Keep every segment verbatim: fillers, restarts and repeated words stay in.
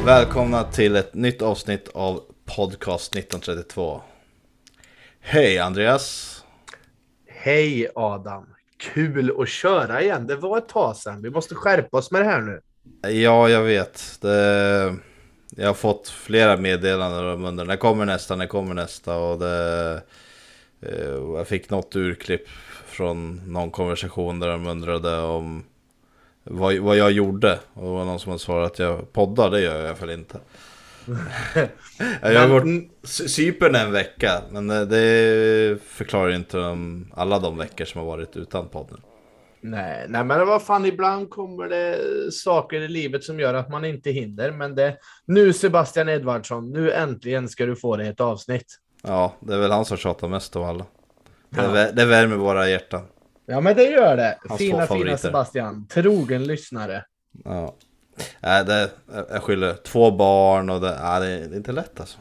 Välkomna till ett nytt avsnitt av Podcast nitton trettiotvå. Hej Andreas. Hej Adam. Kul att köra igen. Det var ett tag sedan. Vi måste skärpa oss med det här nu. Ja, jag vet. Det... Jag har fått flera meddelanden om under när kommer nästa, när kommer nästa. Och det... Jag fick något urklipp från någon konversation där de undrade om vad, vad jag gjorde. Och det var någon som hade svarat att jag poddar, det gör jag i alla fall inte. Jag har varit Cypern en vecka, men det förklarar inte om alla de veckor som har varit utan podden. Nej, nej, men vad fan, ibland kommer det saker i livet som gör att man inte hinner. Men det, nu Sebastian Edvardsson, nu äntligen ska du få det ett avsnitt. Ja, det är väl han som tjatar mest av alla. Det, Ja. det värmer våra hjärtan. Ja, men det gör det. Hans Fina, två fina Sebastian. Trogen lyssnare. Ja. Nej, det, jag skyller två barn och det, nej, det är inte lätt alltså.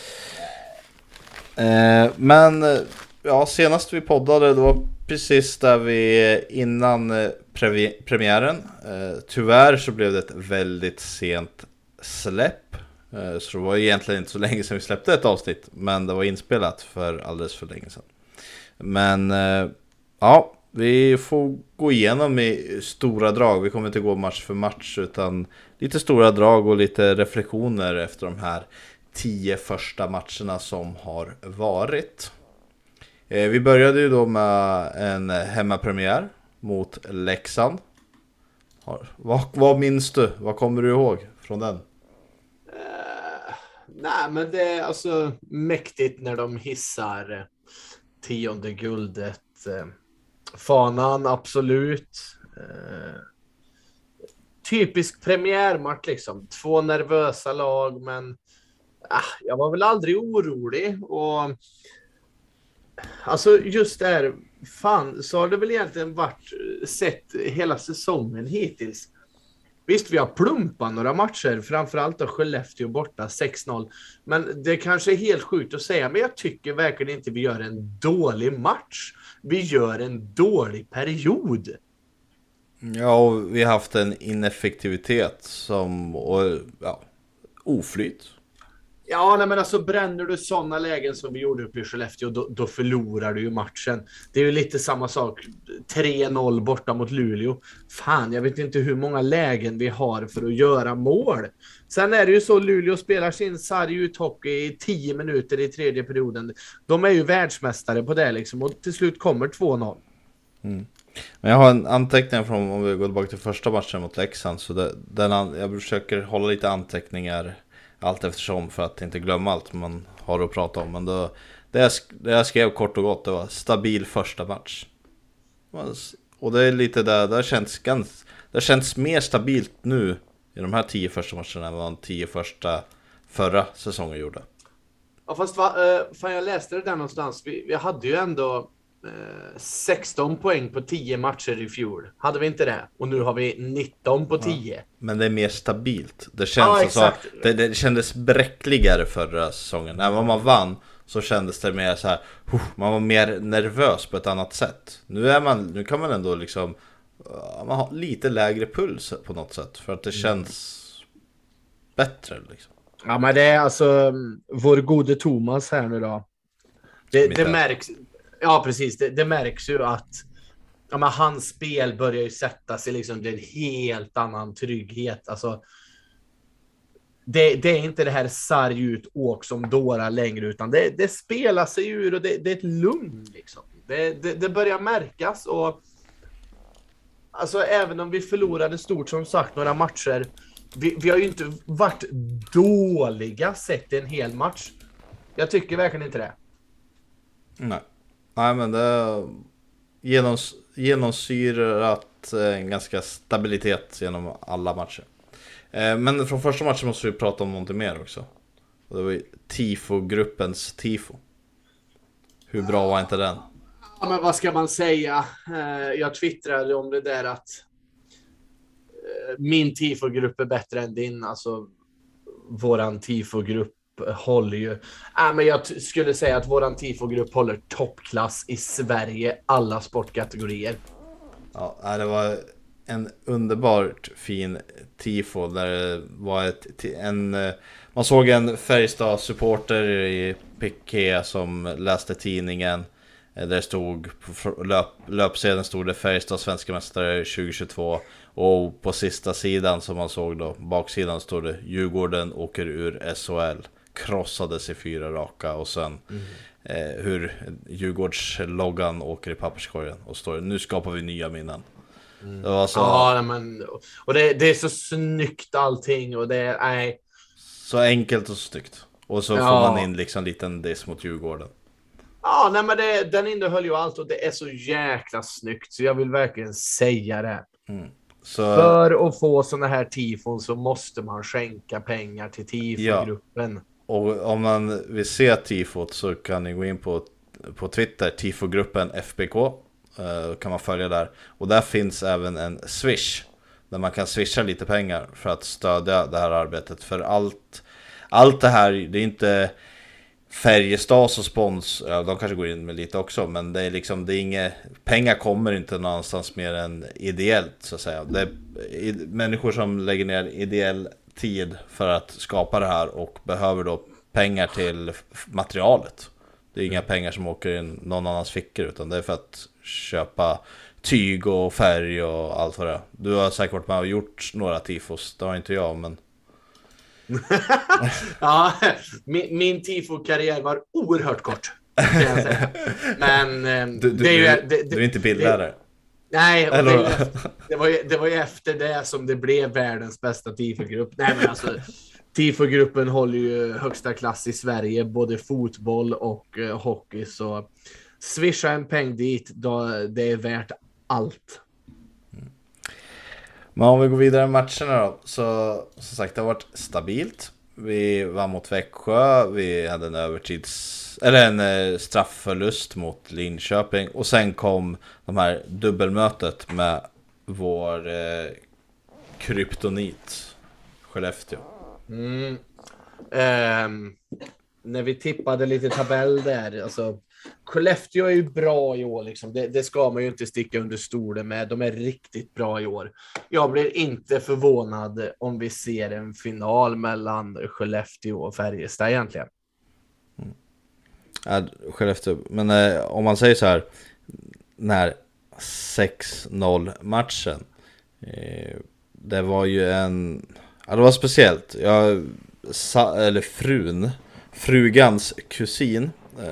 Eh, men ja, senast vi poddade, det var precis där vi innan pre- premiären. Eh, tyvärr så blev det ett väldigt sent släpp. Eh, så det var egentligen inte så länge sedan vi släppte ett avsnitt, men det var inspelat för alldeles för länge sedan. Men eh, ja, vi får gå igenom i stora drag. Vi kommer inte gå match för match, utan lite stora drag och lite reflektioner efter de här tio första matcherna som har varit. Eh, vi började ju då med en hemmapremiär mot Leksand. Vad, vad minns du? Vad kommer du ihåg från den? Uh, nej, men det är alltså mäktigt när de hissar tionde guldet. Uh, fanan, absolut. Uh, typisk premiärmatch liksom. Två nervösa lag, men uh, jag var väl aldrig orolig. Och alltså just där, fan, så har det väl egentligen varit sett hela säsongen hittills. Visst, vi har plumpat några matcher, framförallt av Skellefteå borta sex noll. Men det kanske är helt sjukt att säga, men jag tycker verkligen inte vi gör en dålig match. Vi gör en dålig period. Ja, och vi har haft en ineffektivitet som, och ja, oflyt. Ja, nej, men alltså bränner du sådana lägen som vi gjorde uppe i Skellefteå, då, då förlorar du ju matchen. Det är ju lite samma sak. tre noll borta mot Luleå. Fan, jag vet inte hur många lägen vi har för att göra mål. Sen är det ju så, Luleå spelar sin sarg ut hockey i tio minuter i tredje perioden. De är ju världsmästare på det liksom, och till slut kommer två noll. Mm. Men jag har en anteckning från, om vi går tillbaka till första matchen mot Leksand, så det, den, jag försöker hålla lite anteckningar allt eftersom för att inte glömma allt man har att prata om. Men då, det, jag, det jag skrev kort och gott, det var stabil första match. Och det är lite där, det känns ganska, det känns mer stabilt nu i de här tio första matcherna än vad de tio första förra säsongen gjorde. Ja, fast va, uh, fan, jag läste det där någonstans. Vi, vi hade ju ändå uh, sexton poäng på tio matcher i fjol. Hade vi inte det? Och nu har vi nitton på tio. Ja. Men det är mer stabilt. Det känns ja, alltså, det, det kändes bräckligare förra säsongen. När man vann så kändes det mer så här, uh, man var mer nervös på ett annat sätt. Nu är man, nu kan man ändå liksom uh, man har lite lägre puls på något sätt, för att det känns mm. bättre liksom. Ja, men det är alltså vår gode Thomas här nu då. Det, det märks. Ja, precis. Det, det märks ju att ja, men hans spel börjar ju sätta sig liksom, det är en helt annan trygghet. Alltså, det, det är inte det här sarg ut åk som dårar längre, utan det, det spelar sig ur, och det, det är ett lugn liksom. Det, det, det börjar märkas, och alltså även om vi förlorade stort som sagt några matcher, vi, vi har ju inte varit dåliga sett en hel match. Jag tycker verkligen inte det. Nej, Nej men det genoms, genomsyrat en ganska stabilitet genom alla matcher. Men från första matchen måste vi prata om någonting mer också. Och det var ju Tifo-gruppens Tifo. Hur bra var inte den? Ja, men vad ska man säga? Jag twittrade om det där att min Tifo-grupp är bättre än din. Alltså, våran Tifo-grupp håller ju... Ja, men jag t- skulle säga att våran Tifo-grupp håller toppklass i Sverige, alla sportkategorier. Ja, det var en underbart fin tifo där det var ett, en, man såg en Färjestad-supporter i Piqué som läste tidningen. Där det stod på löp, löpsedeln stod det Färjestad svenska mästare tjugohundratjugotvå, och på sista sidan som man såg då, baksidan, stod det Djurgården åker ur S H L, krossades i fyra raka, och sen mm. eh, hur Djurgårdsloggan åker i papperskorgen och står det, nu skapar vi nya minnen. Mm. Det var så... Ja, men, och det, det är så snyggt allting, och det är nej. Så enkelt och snyggt. Och så ja. får man in liksom en liten diss mot Djurgården. Ja, nej, men det, den innehöll ju allt, och det är så jäkla snyggt, så jag vill verkligen säga det. Mm. Så... För att få såna här tifon så måste man skänka pengar till tifogruppen. Ja. Och om man vill se tifot så kan ni gå in på, på Twitter, tifogruppen F B K. Uh, kan man följa där. Och där finns även en Swish där man kan swisha lite pengar för att stödja det här arbetet. För allt, allt det här, det är inte Färjestads och spons, ja, de kanske går in med lite också, men det är liksom, det är inget, pengar kommer inte någonstans mer än ideellt, så att säga. Det är människor som lägger ner ideell tid för att skapa det här och behöver då pengar till materialet. Det är inga pengar som åker in någon annans fickor, utan det är för att köpa tyg och färg och allt vad det är. Du har säkert varit med och gjort några tifos, det har inte jag, men ja, min, min tifo-karriär var oerhört kort, kan jag säga. Men du, du, det är ju, det, det, du är inte bildare. Nej, och det, det, var ju, det var ju efter det som det blev världens bästa tifogrupp. Nej, men alltså, tifogruppen håller ju högsta klass i Sverige, både fotboll och uh, hockey, så swisha en peng dit, då det är värt allt. Men om vi går vidare i matcherna då, så som sagt, det har varit stabilt. Vi var mot Växjö, vi hade en övertids eller en eh, straffförlust mot Linköping, och sen kom de här dubbelmötet med vår eh, kryptonit Skellefteå. Mm. Um, när vi tippade lite tabell där, alltså Skellefteå är ju bra i år liksom. det, det ska man ju inte sticka under stolen med. De är riktigt bra i år. Jag blir inte förvånad om vi ser en final mellan Skellefteå och Färjestad egentligen. Mm. Ja, Skellefteå. Men eh, om man säger så här, när sex noll matchen eh, det var ju en, ja, det var speciellt. Jag sa, eller frun frugans kusin,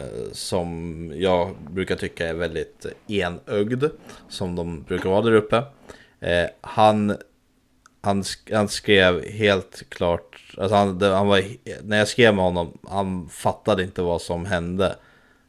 som jag brukar tycka är väldigt enögd, som de brukar vara där uppe. Eh, han, han, han skrev helt klart, alltså han, han var, när jag skrev med honom, han fattade inte vad som hände.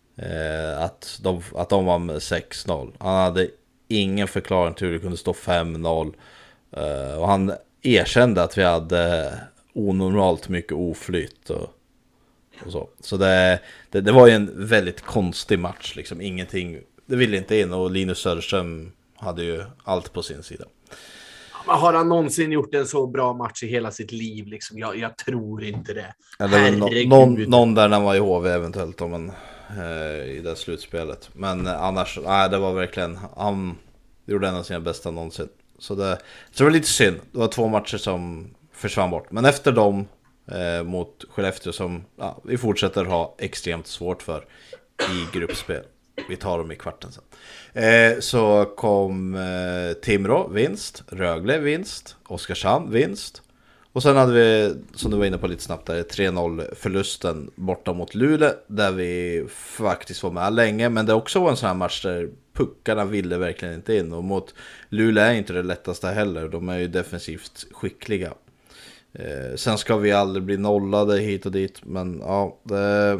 Eh, att, de, att de var med sex noll. Han hade ingen förklaring till hur det kunde stå fem noll. Eh, och han erkände att vi hade onormalt mycket oflyt och Och så så det, det, det var ju en väldigt konstig match liksom. Ingenting, det ville inte in, och Linus Söderström hade ju allt på sin sida. Men har han någonsin gjort en så bra match i hela sitt liv liksom? Jag, jag tror inte det. Eller no, någon, någon där när han var i H V eventuellt, om en, eh, i det slutspelet. Men eh, annars, nej, det var verkligen, han gjorde en av sina bästa någonsin. Så det, så det var lite synd. Det var två matcher som försvann bort. Men efter dem Eh, mot Skellefteå, som ja, vi fortsätter ha extremt svårt för i gruppspel. Vi tar dem i kvarten sen. Eh, så kom eh, Timrå vinst, Rögle vinst, Oskarshamn vinst. Och sen hade vi, som du var inne på lite snabbt där, tre noll förlusten borta mot Luleå, där vi faktiskt var med länge. Men det också var en sån här match där puckarna ville verkligen inte in. Och mot Luleå är inte det lättaste heller. De är ju defensivt skickliga. Eh, sen ska vi aldrig bli nollade hit och dit, men ja, det,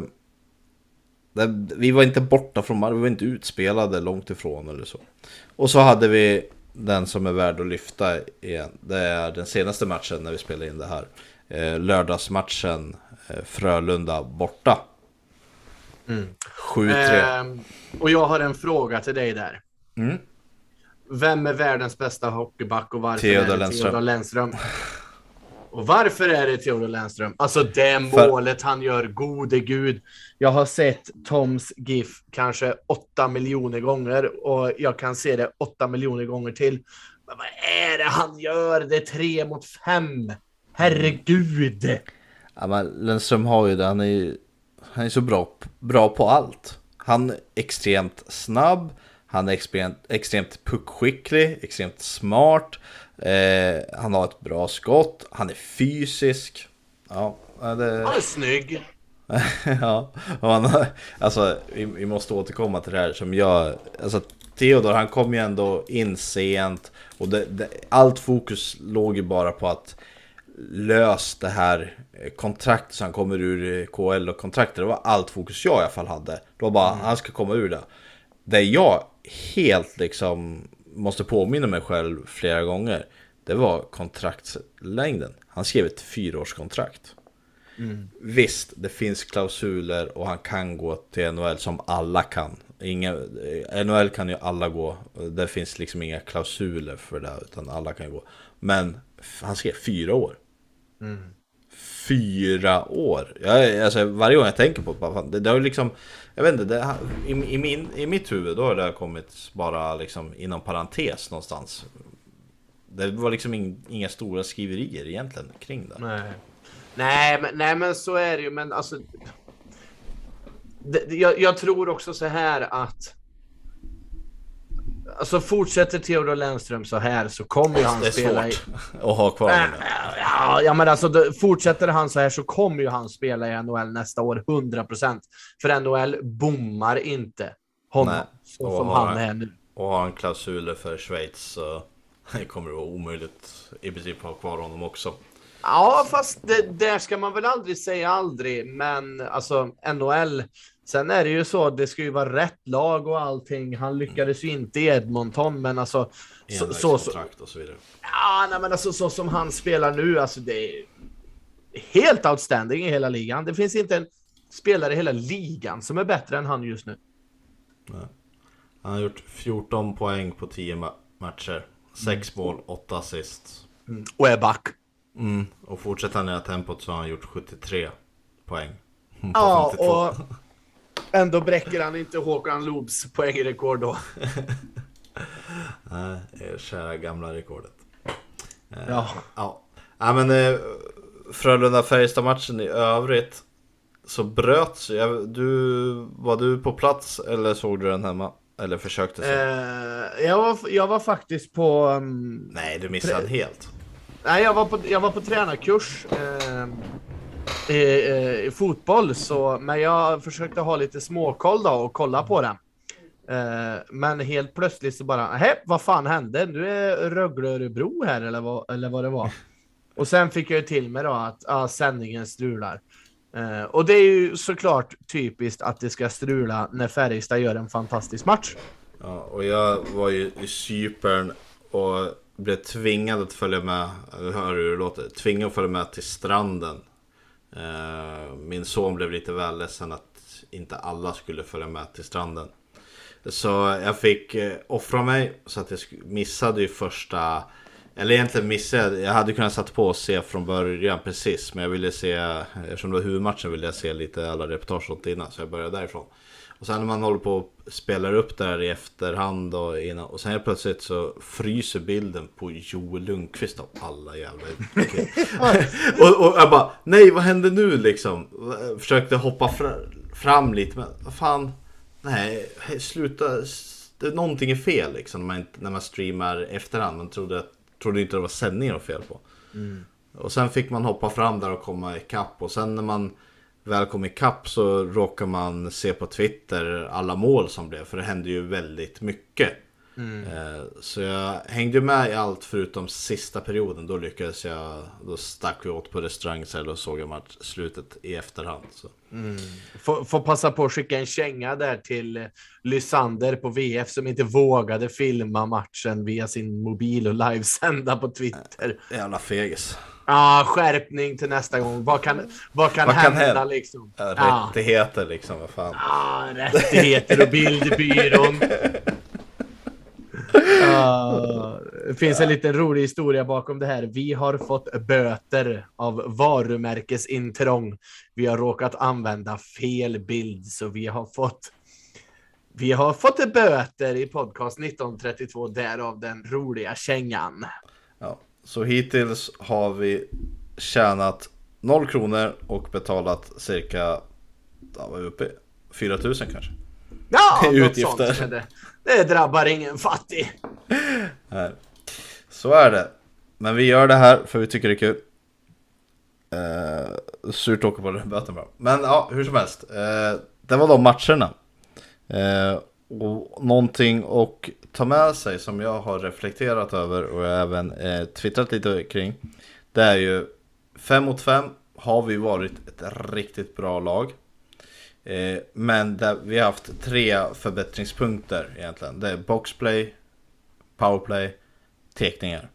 det, vi var inte borta från mark, vi var inte utspelade långt ifrån eller så. Och så hade vi den som är värd att lyfta igen. Det är den senaste matchen när vi spelade in det här. Eh, lördagsmatchen, eh, Frölunda borta. Mm. sju tre. Eh, och jag har en fråga till dig där. Mm. Vem är världens bästa hockeyback och varför Theodor är det Lennström. Theodor Lennström? Och varför är det Theodor Lennström? Alltså det För... målet han gör, gode gud. Jag har sett Toms GIF kanske åtta miljoner gånger, och jag kan se det åtta miljoner gånger till. Men vad är det han gör? Det är tre mot fem. Herregud. Ja, men Lennström har ju det. Han är ju han är så bra, bra på allt. Han är extremt snabb. Han är extremt, extremt puckskicklig. Extremt smart. Eh, han har ett bra skott. Han är fysisk. Ja, det... Han är snygg. Ja, och han, alltså vi, vi måste återkomma till det här som jag, alltså Theodor, han kom ju ändå in sent och det, det, allt fokus låg ju bara på att lösa det här kontraktet så han kommer ur K L och kontraktet. Det var allt fokus jag i alla fall hade. Det var bara, mm. han ska komma ur det. Det jag helt liksom måste påminna mig själv flera gånger, det var kontraktslängden. Han skrev ett fyraårskontrakt. Mm. Visst, det finns klausuler och han kan gå till N H L som alla kan. Inga, N H L kan ju alla gå. Det finns liksom inga klausuler för det, utan alla kan gå. Men han skrev fyra år. Mm. Fyra år. Jag, alltså, varje gång jag tänker på det, det har liksom, jag vet inte, det, i, i, min, i mitt huvud då har det kommit bara liksom inom parentes någonstans. Det var liksom in, inga stora skriverier egentligen kring det. Nej. Nej, men, nej, men så är det ju. Men alltså, det, jag, jag tror också så här att alltså fortsätter Theodor Lennström så här så kommer ju han spela i... att ha kvar äh, ja, ja, men alltså då, fortsätter han så här så kommer ju han spela i N H L nästa år hundra procent. För N H L bommar inte honom nej, så som han är nu. Och har han klausuler för Schweiz så kommer det vara omöjligt i princip att ha kvar honom också. Ja, fast det, där ska man väl aldrig säga aldrig. Men alltså N H L, sen är det ju så, det ska ju vara rätt lag och allting. Han lyckades ju inte i Edmonton, men alltså så, så, så, och så vidare. Ja, nej, men alltså så som han spelar nu, alltså det är helt outstanding i hela ligan. Det finns inte en spelare i hela ligan som är bättre än han just nu. Nej. Han har gjort fjorton poäng på tio ma- matcher. sex mm. mål, åtta assist. Mm. Och är back. Mm. Och fortsätter han i det tempot så har han gjort sjuttiotre poäng på ja, femtiotvå. Och ändå bräcker han inte Håkan Loobs poängrekord då. Nej, det kära gamla rekordet. Ja. Ja, ja men Frölunda-Färjestad-matchen i övrigt så bröts. Du, var du på plats eller såg du den hemma? Eller försökte se? Eh, jag, var, jag var faktiskt på... Um, Nej, du missade tre- helt. Nej, jag var på, jag var på tränarkurs eh, i, i fotboll, så, men jag försökte ha lite småkoll då och kolla på den. Eh, men helt plötsligt så bara, hej, vad fan hände? Nu är Rögle Örebro här eller vad, eller vad det var. Och sen fick jag ju till mig då att ah, sändningen strular. Eh, och det är ju såklart typiskt att det ska strula när Färjestad gör en fantastisk match. Ja, och jag var ju i Cypern och blev tvingad att följa med, hör hur det låter, tvingad att följa med till stranden. Eh, min son blev lite väl ledsen att inte alla skulle följa med till stranden. Så jag fick eh, offra mig så att jag missade ju första, eller egentligen missade, jag hade kunnat satt på och se från början precis, men jag ville se, eftersom det var huvudmatchen ville jag se lite alla reportage innan, så jag började därifrån. Och sen när man håller på och spelar upp där i efterhand och, innan, och sen helt plötsligt så fryser bilden på Joel Lundqvist av alla jävla och, och jag bara, nej vad hände nu liksom? Försökte hoppa fra, fram lite, men vad fan, nej, sluta, det, någonting är fel liksom när man, när man streamar efterhand. Man trodde, trodde inte det var sändningar och fel på. Mm. Och sen fick man hoppa fram där och komma i kapp, och sen när man väl kom i kapp så råkar man se på Twitter alla mål som blev, för det hände ju väldigt mycket. Mm. Eh, så jag hängde med i allt förutom sista perioden. Då lyckades jag, då stack vi åt på restaurang och såg jag match, slutet i efterhand. Så. Mm. Får, får passa på att skicka en känga där till Lysander på V F som inte vågade filma matchen via sin mobil och livesända på Twitter. Jävla fegis. Ja, ah, skärpning till nästa gång. Vad kan, vad kan vad hända kan hända liksom? Ja, rättigheter ah. liksom, vad fan. Ja, ah, rättigheter och bildbyrån. Uh, det finns en liten rolig historia bakom det här. Vi har fått böter av varumärkesintrång. Vi har råkat använda fel bild, så vi har fått Vi har fått ett böter i podcast nitton trettiotvå, därav den roliga kängan. Ja, så hittills har vi tjänat noll kronor och betalat cirka, ja, vad är vi uppe i? fyra tusen kanske. Ja, utgifter. Något sånt, det, det drabbar ingen fattig. Nej. Så är det. Men vi gör det här för vi tycker det är kul. Eh, surt åka på det, böten bra. Men ja, hur som helst. Eh, det var de matcherna. Eh, och någonting att ta med sig som jag har reflekterat över och även eh, twittrat lite kring. Det är ju fem mot fem har vi varit ett riktigt bra lag. Eh, men där vi har haft tre förbättringspunkter egentligen. Det är boxplay, powerplay, tekningar.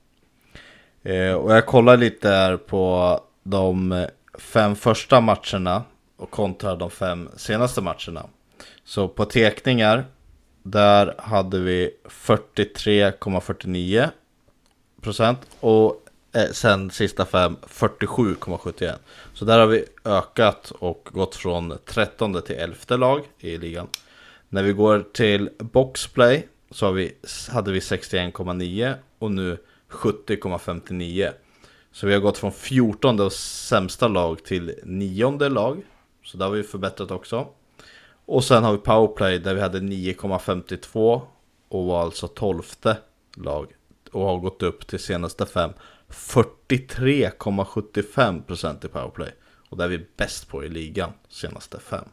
Eh, och jag kollar lite här på de fem första matcherna och kontra de fem senaste matcherna. Så på tekningar, där hade vi fyrtiotre komma fyrtionio procent och eh, sen sista fem fyrtiosju komma sjuttioett. Så där har vi ökat och gått från trettonde till elfte lag i ligan. När vi går till boxplay så har vi, hade vi sextioen komma nio och nu sjuttio komma femtionio. Så vi har gått från fjortonde och sämsta lag till nionde lag. Så där har vi förbättrat också. Och sen har vi powerplay där vi hade nio komma femtiotvå och var alltså tolfte lag. Och har gått upp till senaste fem fyrtiotre komma sjuttiofem procent i powerplay. Och där är vi bäst på i ligan senaste fem.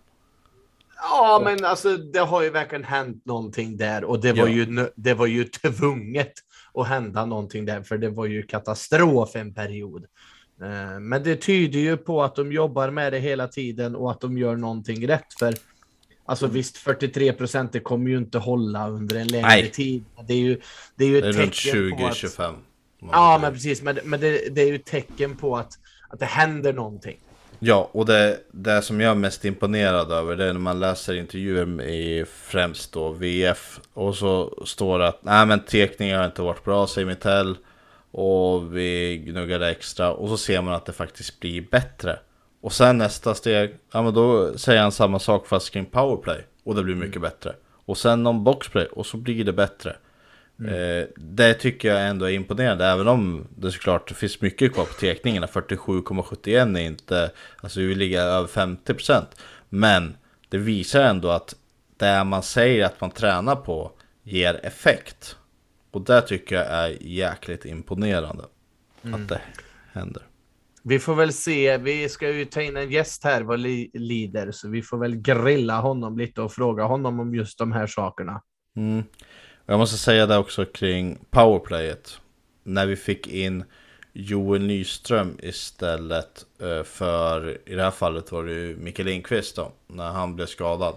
Ja, men alltså det har ju verkligen hänt någonting där. Och det var, ja. ju, det var ju tvunget att hända någonting där. För det var ju katastrof en period. Men det tyder ju på att de jobbar med det hela tiden och att de gör någonting rätt. För alltså visst, fyrtiotre procent det kommer ju inte hålla under en längre Nej. tid. Det är ju, det är ju ett det är tecken tjugo på att... tjugofem. Ja, men precis. Men, men det, det är ju ett tecken på att, att det händer någonting. Ja, och det, det som jag är mest imponerad över, det är när man läser intervjuer i främst då V F. Och så står det att nej men tekningen har inte varit bra, säger Mitell. Och vi gnuggade extra. Och så ser man att det faktiskt blir bättre. Och sen nästa steg, ja men då säger han samma sak fast kring powerplay. Och det blir mycket mm. bättre. Och sen om boxplay, och så blir det bättre. Mm. Eh, det tycker jag ändå är imponerande. Även om det såklart det finns mycket kvar på tekningarna. fyrtiosju komma sjuttioett är inte, alltså vi ligger över femtio procent. Men det visar ändå att det man säger att man tränar på ger effekt. Och det tycker jag är jäkligt imponerande. Mm. Att det händer. Vi får väl se, vi ska ju ta in en gäst här vad li- lider. Så vi får väl grilla honom lite och fråga honom om just de här sakerna. Mm. Jag måste säga det också kring powerplayet. När vi fick in Joel Nyström istället för, i det här fallet var det ju Mikael Lindqvist då, när han blev skadad.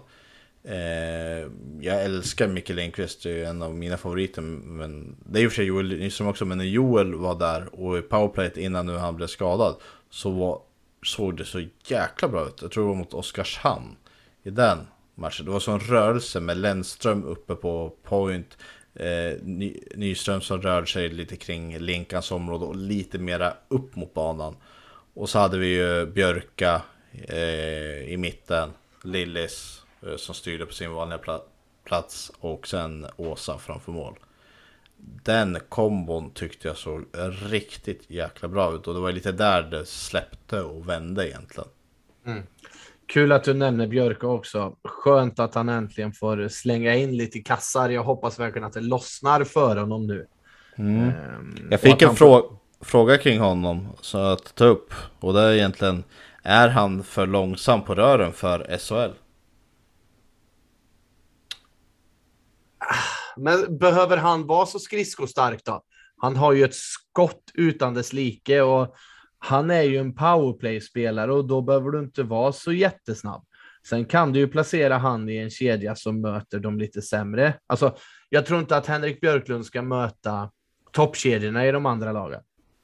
Eh, jag älskar Mikael Lindqvist, det är en av mina favoriter. Men det är ju för sig Joel Nyström också. Men när Joel var där och i powerplayet innan nu han blev skadad, så var, såg det så jäkla bra ut. Jag tror det var mot Oskarshamn i den matchen. Det var så en rörelse med Lennström uppe på point, eh, Ny, Nyström som rörde sig lite kring Linkans område och lite mera upp mot banan. Och så hade vi ju Björka eh, i mitten, Lillis eh, som styrde på sin vanliga pla- plats och sen Åsa framför mål. Den kombon tyckte jag såg riktigt jäkla bra ut och det var lite där det släppte och vände egentligen. Mm. Kul att du nämner Björka också. Skönt att han äntligen får slänga in lite kassar. Jag hoppas verkligen att det lossnar för honom nu. Mm. Um, jag fick en frå- får... fråga kring honom så att ta upp. Och det är egentligen, är han för långsam på rören för S H L? Men behöver han vara så skridskostark då? Han har ju ett skott utan dess like och han är ju en powerplay-spelare och då behöver du inte vara så jättesnabb. Sen kan du ju placera han i en kedja som möter dem lite sämre. Alltså, jag tror inte att Henrik Björklund ska möta toppkedjorna i de andra lagen.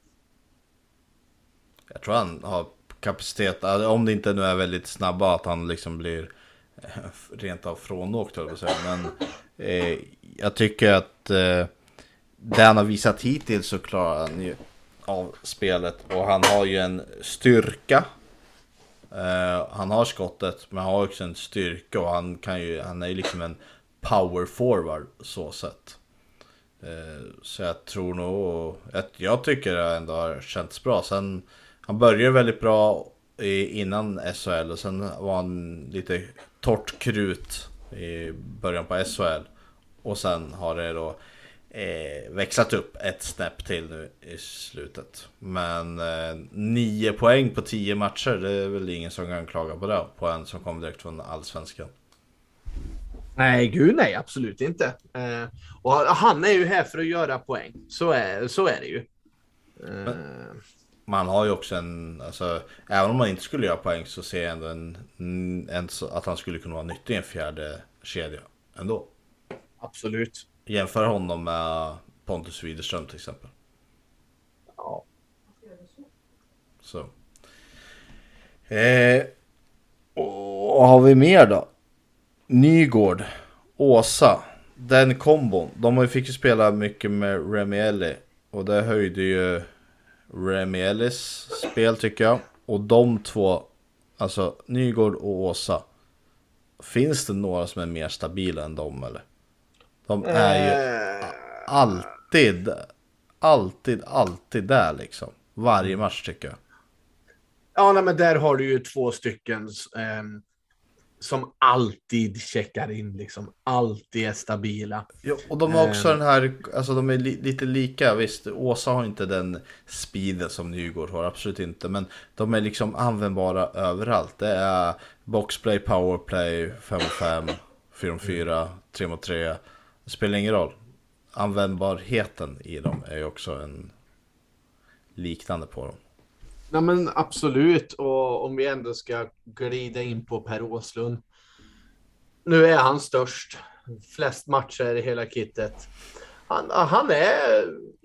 Jag tror han har kapacitet, om det inte nu är väldigt snabba, att han liksom blir rent av frånåkt. Men eh, jag tycker att eh, det han har visat hittills så klarar han ju av spelet och han har ju en styrka. Uh, han har skottet men han har också en styrka och han kan ju, han är ju liksom en power forward så sett. Eh, så jag tror nog att jag tycker det ändå har känts bra. Sen han började väldigt bra i, innan S H L och sen var han lite torrt krut i början på S H L och sen har det då eh, växlat upp ett snäpp till nu i slutet. Men eh, nio poäng på tio matcher, det är väl ingen som kan klaga på det, på en som kom direkt från Allsvenskan. Nej, gud nej, absolut inte. Eh, och han är ju här för att göra poäng. Så är, så är det ju. Eh. Men, man har ju också en, alltså, även om man inte skulle göra poäng så ser jag ändå en, en, att han skulle kunna vara nyttig i en fjärde kedja ändå. Absolut. Jämför honom med Pontus Widerström till exempel. Ja. Så. Eh, och vad har vi mer då? Nygård, Åsa, den kombon. De fick ju spela mycket med Remieli och det höjde ju Remielis spel tycker jag. Och de två, alltså Nygård och Åsa, finns det några som är mer stabila än dem eller? De är ju alltid, alltid, alltid där liksom. Varje match tycker jag. Ja, nej, men där har du ju två stycken eh, som alltid checkar in liksom. Alltid är stabila. Ja, och de har också eh. den här, alltså de är li- lite lika, visst. Åsa har inte den speeden som Nygård har, absolut inte. Men de är liksom användbara överallt. Det är boxplay, powerplay, fem mot fem, fyra mot fyra, tre mot tre. Det spelar ingen roll. Användbarheten i dem är ju också en liknande på dem. Nej men absolut, och om vi ändå ska glida in på Per Åslund. Nu är han störst. Flest matcher i hela kittet. Han, han är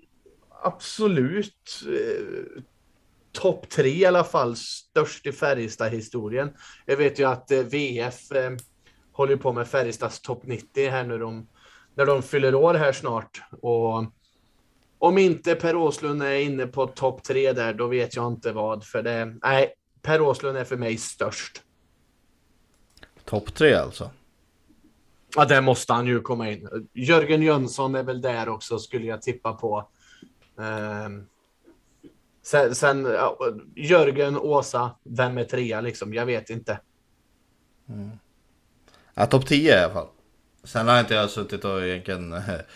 absolut eh, topp tre i alla fall. Störst i Färjestad-historien. Jag vet ju att eh, V F eh, håller på med Färjestads topp nittio här nu. De, när de fyller år här snart. Och om inte Per Åslund är inne på topp tre där, då vet jag inte vad. För det, nej, Per Åslund är för mig störst. Topp tre alltså? Ja, där måste han ju komma in. Jörgen Jönsson är väl där också, skulle jag tippa på. Um, sen, sen ja, Jörgen, Åsa, vem är trea liksom? Jag vet inte. Mm. Ja, topp tio i alla fall. Sen har inte jag suttit och egentligen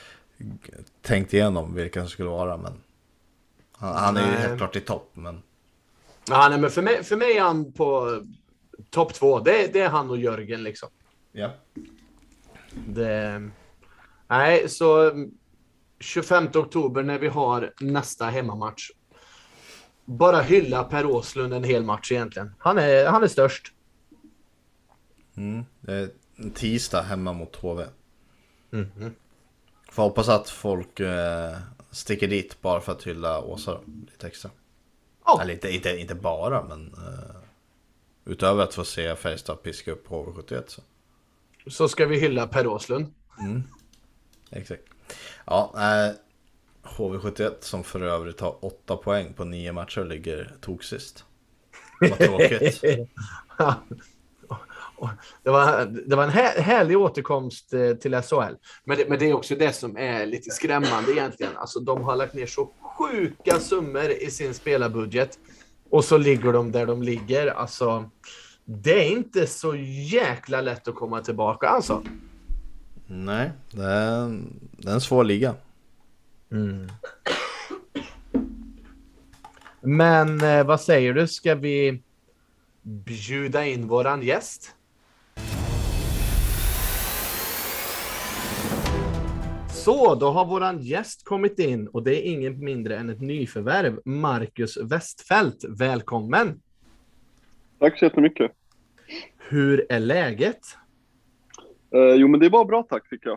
tänkt igenom vilka som skulle vara, men han, han är ju helt klart i topp, men ja, nej, men för mig, för mig är han på topp två. Det, det är han och Jörgen liksom. Ja. Det, nej, så tjugofemte oktober när vi har nästa hemmamatch. Bara hylla Per Åslund en hel match egentligen. Han är, han är störst. Mm, det är en tisdag hemma mot H V. Mm-hmm. Får hoppas att folk eh, sticker dit bara för att hylla Åsa då, lite extra. Oh. Eller inte, inte, inte bara, men eh, utöver att få se Färjestad piska upp H V sjuttioett så. Så ska vi hylla Per Åslund. Mm. Exakt. Ja, eh, H V sjuttioett som för övrigt har åtta poäng på nio matcher ligger tog sist. Vad tråkigt. Det var, det var en här, härlig återkomst till S H L. Men det, men det är också det som är lite skrämmande egentligen. Alltså, de har lagt ner så sjuka summor i sin spelarbudget. Och så ligger de där de ligger. Alltså, det är inte så jäkla lätt att komma tillbaka. Alltså. Nej, det är, det är en svår liga. Mm. Men eh, vad säger du? Ska vi bjuda in våran gäst? Så, då har våran gäst kommit in och det är ingen mindre än ett nyförvärv, Marcus Westfeldt. Välkommen! Tack så jättemycket. Hur är läget? Eh, jo, men det är bara bra, tack tycker jag.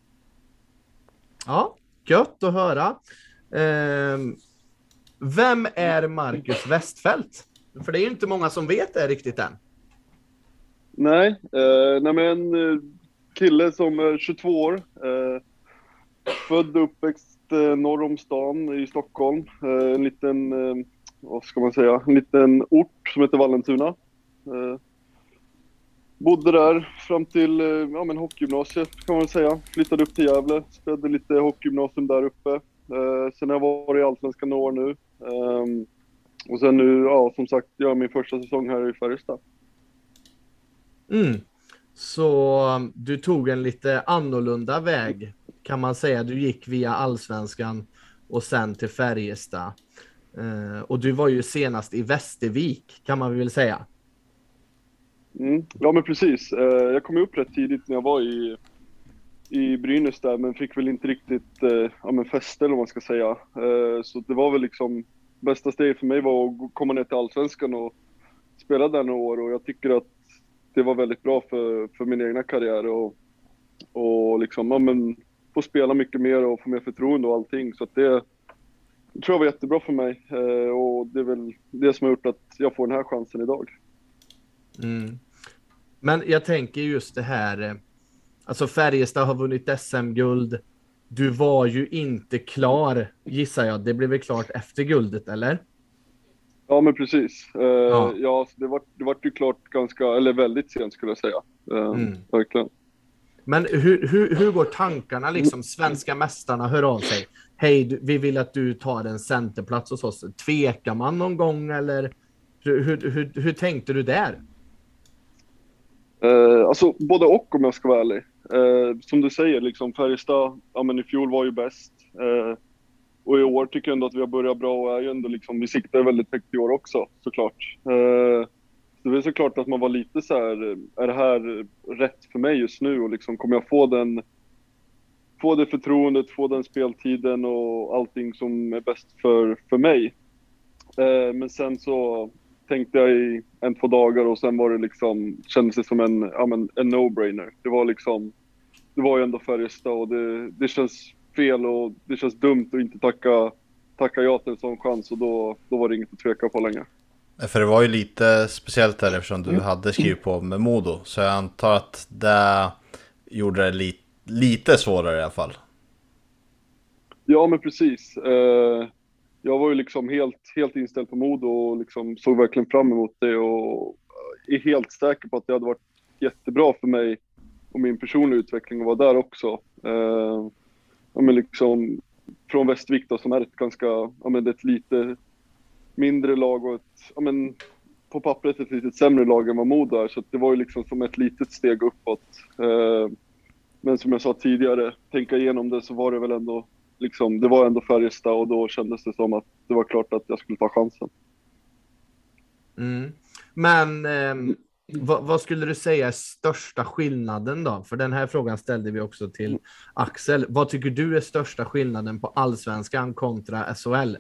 Ja, gött att höra. Eh, vem är Marcus Westfeldt? För det är ju inte många som vet det riktigt än. Nej, eh, nej men kille som är tjugotvå år. Eh, född och uppväxt eh, norr om stan i Stockholm. Eh, en liten, eh, vad ska man säga, en liten ort som heter Vallentuna. Eh, bodde där fram till eh, ja, men hockeygymnasiet kan man väl säga. Flyttade upp till Gävle, spelade lite hockeygymnasium där uppe. Eh, sen har jag varit i Allsvenskan några år nu. Eh, och sen nu, ja som sagt, jag är min första säsong här i Färjestad. Mm. Så du tog en lite annorlunda väg kan man säga. Du gick via Allsvenskan och sen till Färjestad. Eh, och du var ju senast i Västervik kan man väl säga. Mm. Ja men precis. Eh, jag kom upp rätt tidigt när jag var i, i Brynäs där, men fick väl inte riktigt eh, ja, men fäste eller vad man ska säga. Eh, så det var väl liksom, bästa steg för mig var att komma ner till Allsvenskan och spela där några år, och jag tycker att det var väldigt bra för, för min egna karriär och, och liksom, ja, men, få spela mycket mer och få mer förtroende och allting. Så att det, det tror jag var jättebra för mig eh, och det är väl det som har gjort att jag får den här chansen idag. Mm. Men jag tänker just det här, alltså Färjestad har vunnit S M-guld. Du var ju inte klar, gissar jag. Det blev väl klart efter guldet, eller? Ja, men precis. Uh, ja, ja det, var, det var ju klart ganska, eller väldigt sent skulle jag säga. Uh, mm. Verkligen. Men hur, hur, hur går tankarna, liksom svenska mästarna hör av sig? Hej, vi vill att du tar en centerplats hos oss. Tvekar man någon gång, eller hur, hur, hur, hur tänkte du där? Uh, alltså, både och om jag ska vara ärlig. Uh, som du säger, liksom Färjestad, ja men i fjol var ju bäst. Uh, Och i år tycker jag ändå att vi har börjat bra och är ju ändå liksom, vi siktar väldigt högt i år också, såklart. Eh, så det är såklart att man var lite så här, är det här rätt för mig just nu? Och liksom, kommer jag få den, få det förtroendet, få den speltiden och allting som är bäst för, för mig? Eh, men sen så tänkte jag i en, två dagar och sen var det liksom, kändes det som en, ja men, en no-brainer. Det var liksom, det var ju ändå Färjestad och det, det känns fel och det känns dumt att inte tacka, tacka ja till en sån chans, och då, då var det inget att tveka på längre. För det var ju lite speciellt där eftersom du hade skrivit på med Modo, så jag antar att det gjorde det li- lite svårare i alla fall. Ja men precis. Eh, jag var ju liksom helt, helt inställd på Modo och liksom såg verkligen fram emot det och är helt säker på att det hade varit jättebra för mig och min personliga utveckling att vara där också. Eh, Ja, men liksom, från Västervik då, som är ett ganska, ja men det är ett lite mindre lag och ett, ja men på pappret ett lite sämre lag än vad Modo är, så det var ju liksom som ett litet steg uppåt. Eh, men som jag sa tidigare, tänka igenom det så var det väl ändå, liksom, det var ändå Färjestad och då kändes det som att det var klart att jag skulle ta chansen. Mm. Men eh, vad, vad skulle du säga är största skillnaden då? För den här frågan ställde vi också till Axel. Vad tycker du är största skillnaden på Allsvenskan kontra S H L?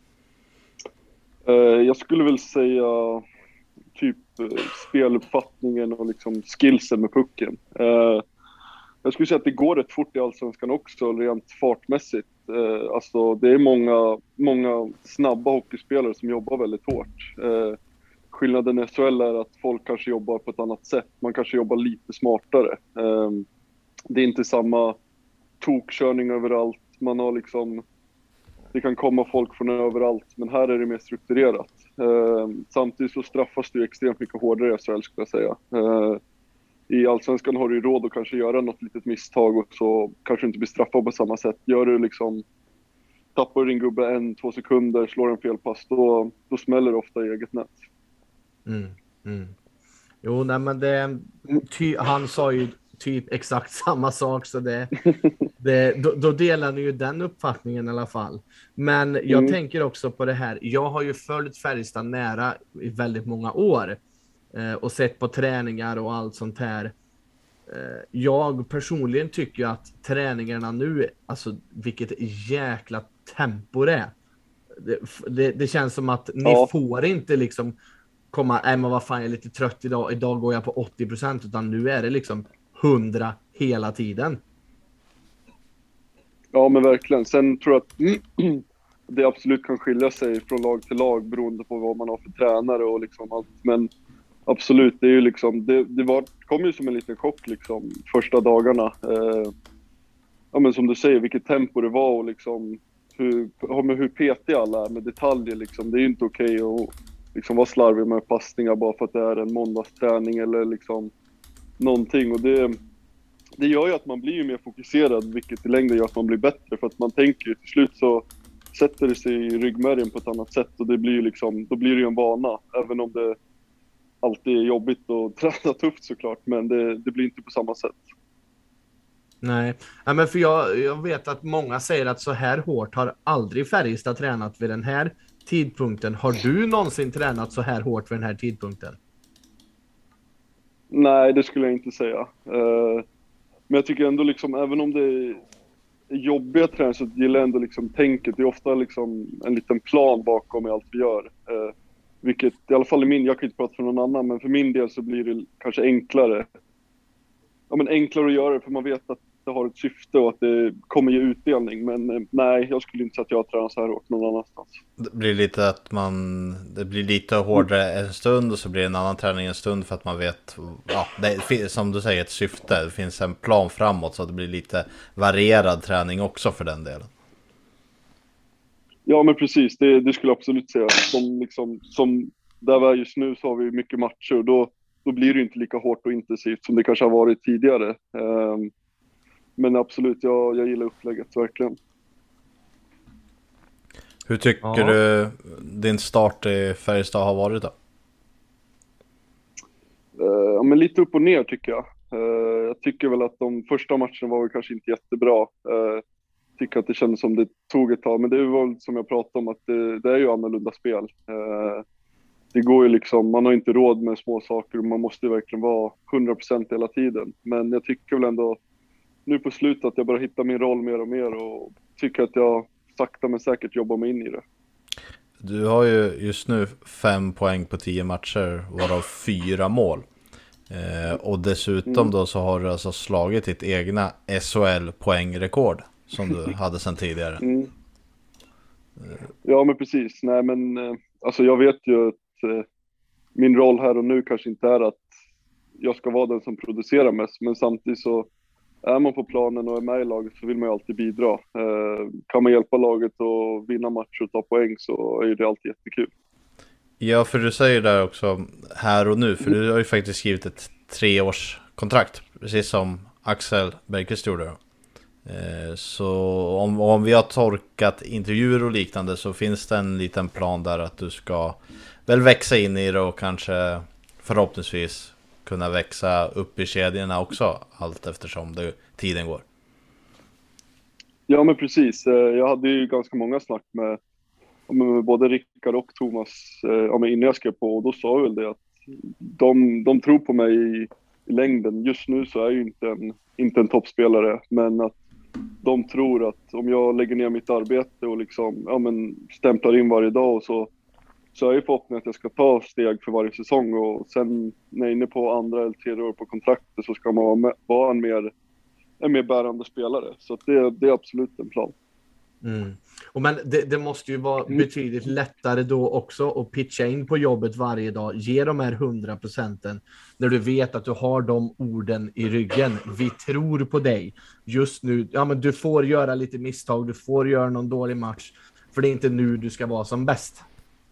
Eh, jag skulle väl säga typ speluppfattningen och liksom skillsen med pucken. Eh, jag skulle säga att det går rätt fort i Allsvenskan också, rent fartmässigt. Eh, alltså det är många, många snabba hockeyspelare som jobbar väldigt hårt. Eh, skillnaden i S H L är att folk kanske jobbar på ett annat sätt. Man kanske jobbar lite smartare. Eh, det är inte samma tokkörning överallt. Man har liksom, det kan komma folk från överallt, men här är det mer strukturerat. Eh, samtidigt så straffas du extremt mycket hårdare i S H L, skulle jag säga. Eh, I Allsvenskan har du ju råd att kanske göra något litet misstag och så kanske inte blir straffad på samma sätt. Gör du liksom, tappar din gubbe en, två sekunder, slår en felpass, då, då smäller det ofta i eget nät. Mm, mm. Jo, nej, men det, ty, han sa ju typ exakt samma sak, så det, det, då, då delar ni ju den uppfattningen i alla fall. Men jag mm. tänker också på det här, jag har ju följt Färjestad nära i väldigt många år eh, och sett på träningar och allt sånt här. Eh, jag personligen tycker att träningarna nu, alltså vilket jäkla tempo det är. Det, det, det känns som att ni ja. får inte liksom komma, nej men vad fan, jag är lite trött idag, idag går jag på åttio procent, utan nu är det liksom hundra hela tiden. Ja men verkligen. Sen tror jag att det absolut kan skilja sig från lag till lag beroende på vad man har för tränare och liksom allt. Men absolut, det är ju liksom, det, det var, kom ju som en liten chock liksom första dagarna. Eh, ja men som du säger, vilket tempo det var och liksom hur, ja, men hur petiga alla är med detaljer liksom. Det är ju inte okej att liksom vara slarvig med passningar bara för att det är en måndagsträning eller liksom någonting. Och det, det gör ju att man blir ju mer fokuserad, vilket i längden gör att man blir bättre. För att man tänker ju till slut så sätter det sig i ryggmärgen på ett annat sätt. Och det blir ju liksom, då blir det ju en vana. Även om det alltid är jobbigt och träna tufft såklart. Men det, det blir inte på samma sätt. Nej, ja, men för jag, jag vet att många säger att så här hårt har aldrig Färjestad tränat vid den här tidpunkten. Har du någonsin tränat så här hårt vid den här tidpunkten? Nej, det skulle jag inte säga. Uh, men jag tycker ändå liksom, även om det är jobbiga träning så gillar jag ändå liksom tänket. Det är ofta liksom en liten plan bakom i allt vi gör. Uh, vilket i alla fall i min, jag kan inte prata för någon annan, men för min del så blir det kanske enklare. Ja, men enklare att göra det för man vet att det har ett syfte och att det kommer ge utdelning. Men uh, nej, jag skulle inte säga att jag tränar så här åt någon annanstans. Det blir lite att man, det blir lite hårdare en stund och så blir det en annan träning en stund för att man vet, ja, det är, som du säger, ett syfte. Det finns en plan framåt så att det blir lite varierad träning också för den delen. Ja, men precis. Det, det skulle jag absolut säga. Som, liksom, som där vi är just nu så har vi mycket matcher och då, då blir det inte lika hårt och intensivt som det kanske har varit tidigare. Um, men absolut, jag, jag gillar upplägget, verkligen. Hur tycker ja. du din start i Färjestad har varit då? Uh, ja, men lite upp och ner tycker jag. Uh, jag tycker väl att de första matcherna var kanske inte jättebra. Uh, tycker att det kändes som det tog ett tag. Men det var som jag pratade om att det, det är ju annorlunda spel. Uh, det går ju liksom, man har inte råd med små saker och man måste ju verkligen vara hundra procent hela tiden. Men jag tycker väl ändå nu på slutet att jag bara hittar min roll mer och mer och tycker att jag sakta men säkert jobbar mig in i det. Du har ju just nu fem poäng på tio matcher, varav fyra mål. Eh, och dessutom mm. då så har du alltså slagit ditt egna S H L-poängrekord som du hade sedan tidigare. Mm. Ja, men precis. Nej, men alltså jag vet ju att eh, min roll här och nu kanske inte är att jag ska vara den som producerar mest, men samtidigt så är man på planen och är med i laget så vill man ju alltid bidra. Eh, kan man hjälpa laget att vinna matcher och ta poäng så är det alltid jättekul. Ja, för du säger där också här och nu, för du har ju faktiskt skrivit ett treårskontrakt, precis som Axel Bergqvist gjorde då. Eh, så om, om vi har torkat intervjuer och liknande så finns det en liten plan där att du ska väl växa in i det och kanske förhoppningsvis kunna växa upp i kedjorna också allt eftersom det, tiden går. Ja, men precis. Jag hade ju ganska många snack med, med både Rickard och Thomas ja, innan jag skrev på och då sa jag väl det att de, de tror på mig i, i längden. Just nu så är jag ju inte en, inte en toppspelare, men att de tror att om jag lägger ner mitt arbete och liksom, ja, men stämplar in varje dag och så Så är ju förhoppningen att jag ska ta steg för varje säsong och sen när jag är inne på andra eller tredje år på kontraktet så ska man vara, med, vara en, mer, en mer bärande spelare. Så att det, det är absolut en plan. Mm. Och men det, det måste ju vara mm. betydligt lättare då också att pitcha in på jobbet varje dag. Ge de här hundra procenten när du vet att du har de orden i ryggen. Vi tror på dig. Just nu, ja men du får göra lite misstag, du får göra någon dålig match. För det är inte nu du ska vara som bäst.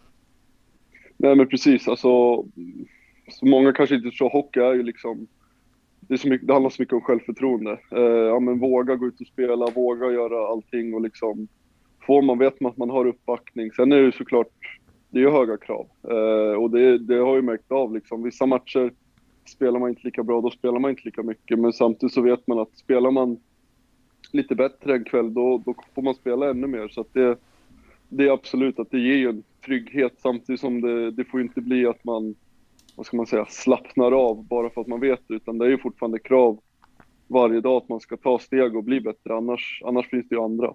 Nej, men precis. Alltså, så många kanske inte tror hockey är ju liksom, det, är så mycket, det handlar så mycket om självförtroende. Eh, ja, men våga gå ut och spela, våga göra allting och liksom, får man, vet man att man har uppbackning. Sen är det ju såklart, det är ju höga krav. Eh, och det, det har ju märkt av liksom. Vissa matcher spelar man inte lika bra, då spelar man inte lika mycket. Men samtidigt så vet man att spelar man lite bättre en kväll, då, då får man spela ännu mer. Så att det, det är absolut att det ger ju en trygghet samtidigt som det, det får inte bli att man, vad ska man säga, slappnar av bara för att man vet det, utan det är ju fortfarande krav varje dag att man ska ta steg och bli bättre, annars, annars finns det ju andra.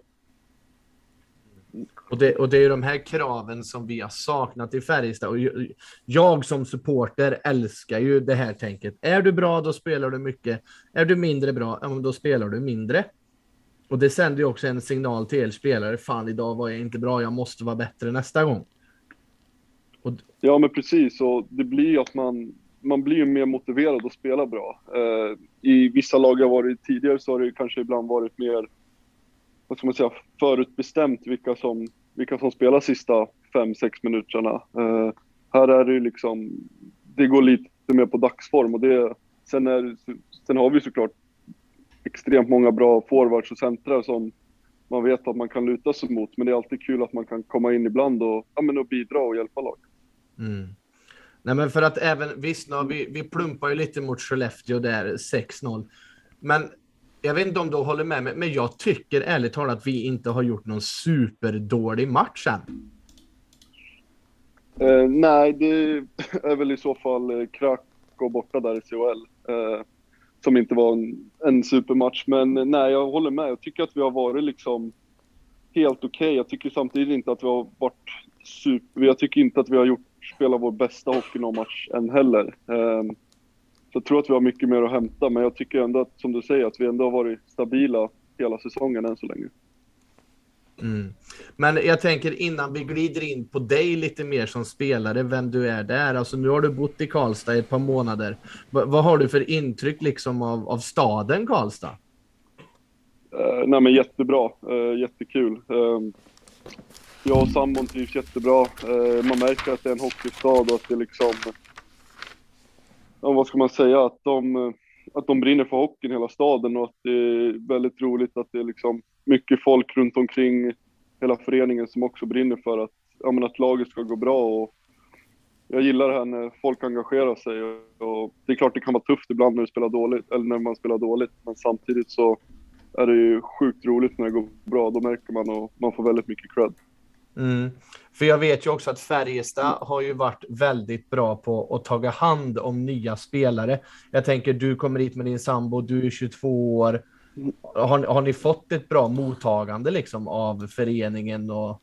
Och det, och det är ju de här kraven som vi har saknat i Färjestad och jag som supporter älskar ju det här tänket. Är du bra då spelar du mycket, är du mindre bra ja, då spelar du mindre. Och det sänder ju också en signal till er spelare. Fan, idag var jag inte bra. Jag måste vara bättre nästa gång. Och... Ja, men precis. Och det blir ju att man, man blir ju mer motiverad att spela bra. Eh, I vissa lag jag varit tidigare så har det kanske ibland varit mer, vad ska man säga, förutbestämt vilka som, vilka som spelar sista fem, sex minuterna. Eh, här är det ju liksom, det går lite mer på dagsform och det sen, är, sen har vi såklart extremt många bra forwards och centrar som man vet att man kan luta sig mot. Men det är alltid kul att man kan komma in ibland och, ja, men och bidra och hjälpa lag. Mm. Nej, men för att även, visst, no, vi, vi plumpar ju lite mot Skellefteå där, sex noll. Men jag vet inte om du håller med mig, men jag tycker ärligt talat att vi inte har gjort någon superdålig match än. Eh, nej, det är väl i så fall eh, Krakow borta där i C H L. Eh, som inte var en, en supermatch. Men eh, nej, jag håller med. Jag tycker att vi har varit liksom helt okej. Okay. Jag tycker samtidigt inte att vi har varit super... Jag tycker inte att vi har gjort spela vår bästa hockey-match än heller. Eh, så jag tror att vi har mycket mer att hämta. Men jag tycker ändå att, som du säger, att vi ändå har varit stabila hela säsongen än så länge. Mm. Men jag tänker innan vi glider in på dig lite mer som spelare, vem du är där. Alltså nu har du bott i Karlstad i ett par månader. V- vad har du för intryck liksom av, av staden Karlstad? Uh, nej men jättebra, uh, jättekul. Uh, jag och sambon trivs jättebra. Uh, man märker att det är en hockeystad och att det liksom, uh, vad ska man säga, att de, uh, att de brinner för hockeyn hela staden och att det är väldigt roligt att det är liksom mycket folk runt omkring hela föreningen som också brinner för att, ja, men att laget ska gå bra. Och jag gillar det här när folk engagerar sig och, och det är klart det kan vara tufft ibland när, du spelar dåligt, eller när man spelar dåligt, men samtidigt så är det ju sjukt roligt när det går bra. Då märker man och man får väldigt mycket cred. Mm. För jag vet ju också att Färjestad har ju varit väldigt bra på att ta hand om nya spelare. Jag tänker, du kommer hit med din sambo, du är tjugotvå år. Har, har ni fått ett bra mottagande liksom av föreningen? Och...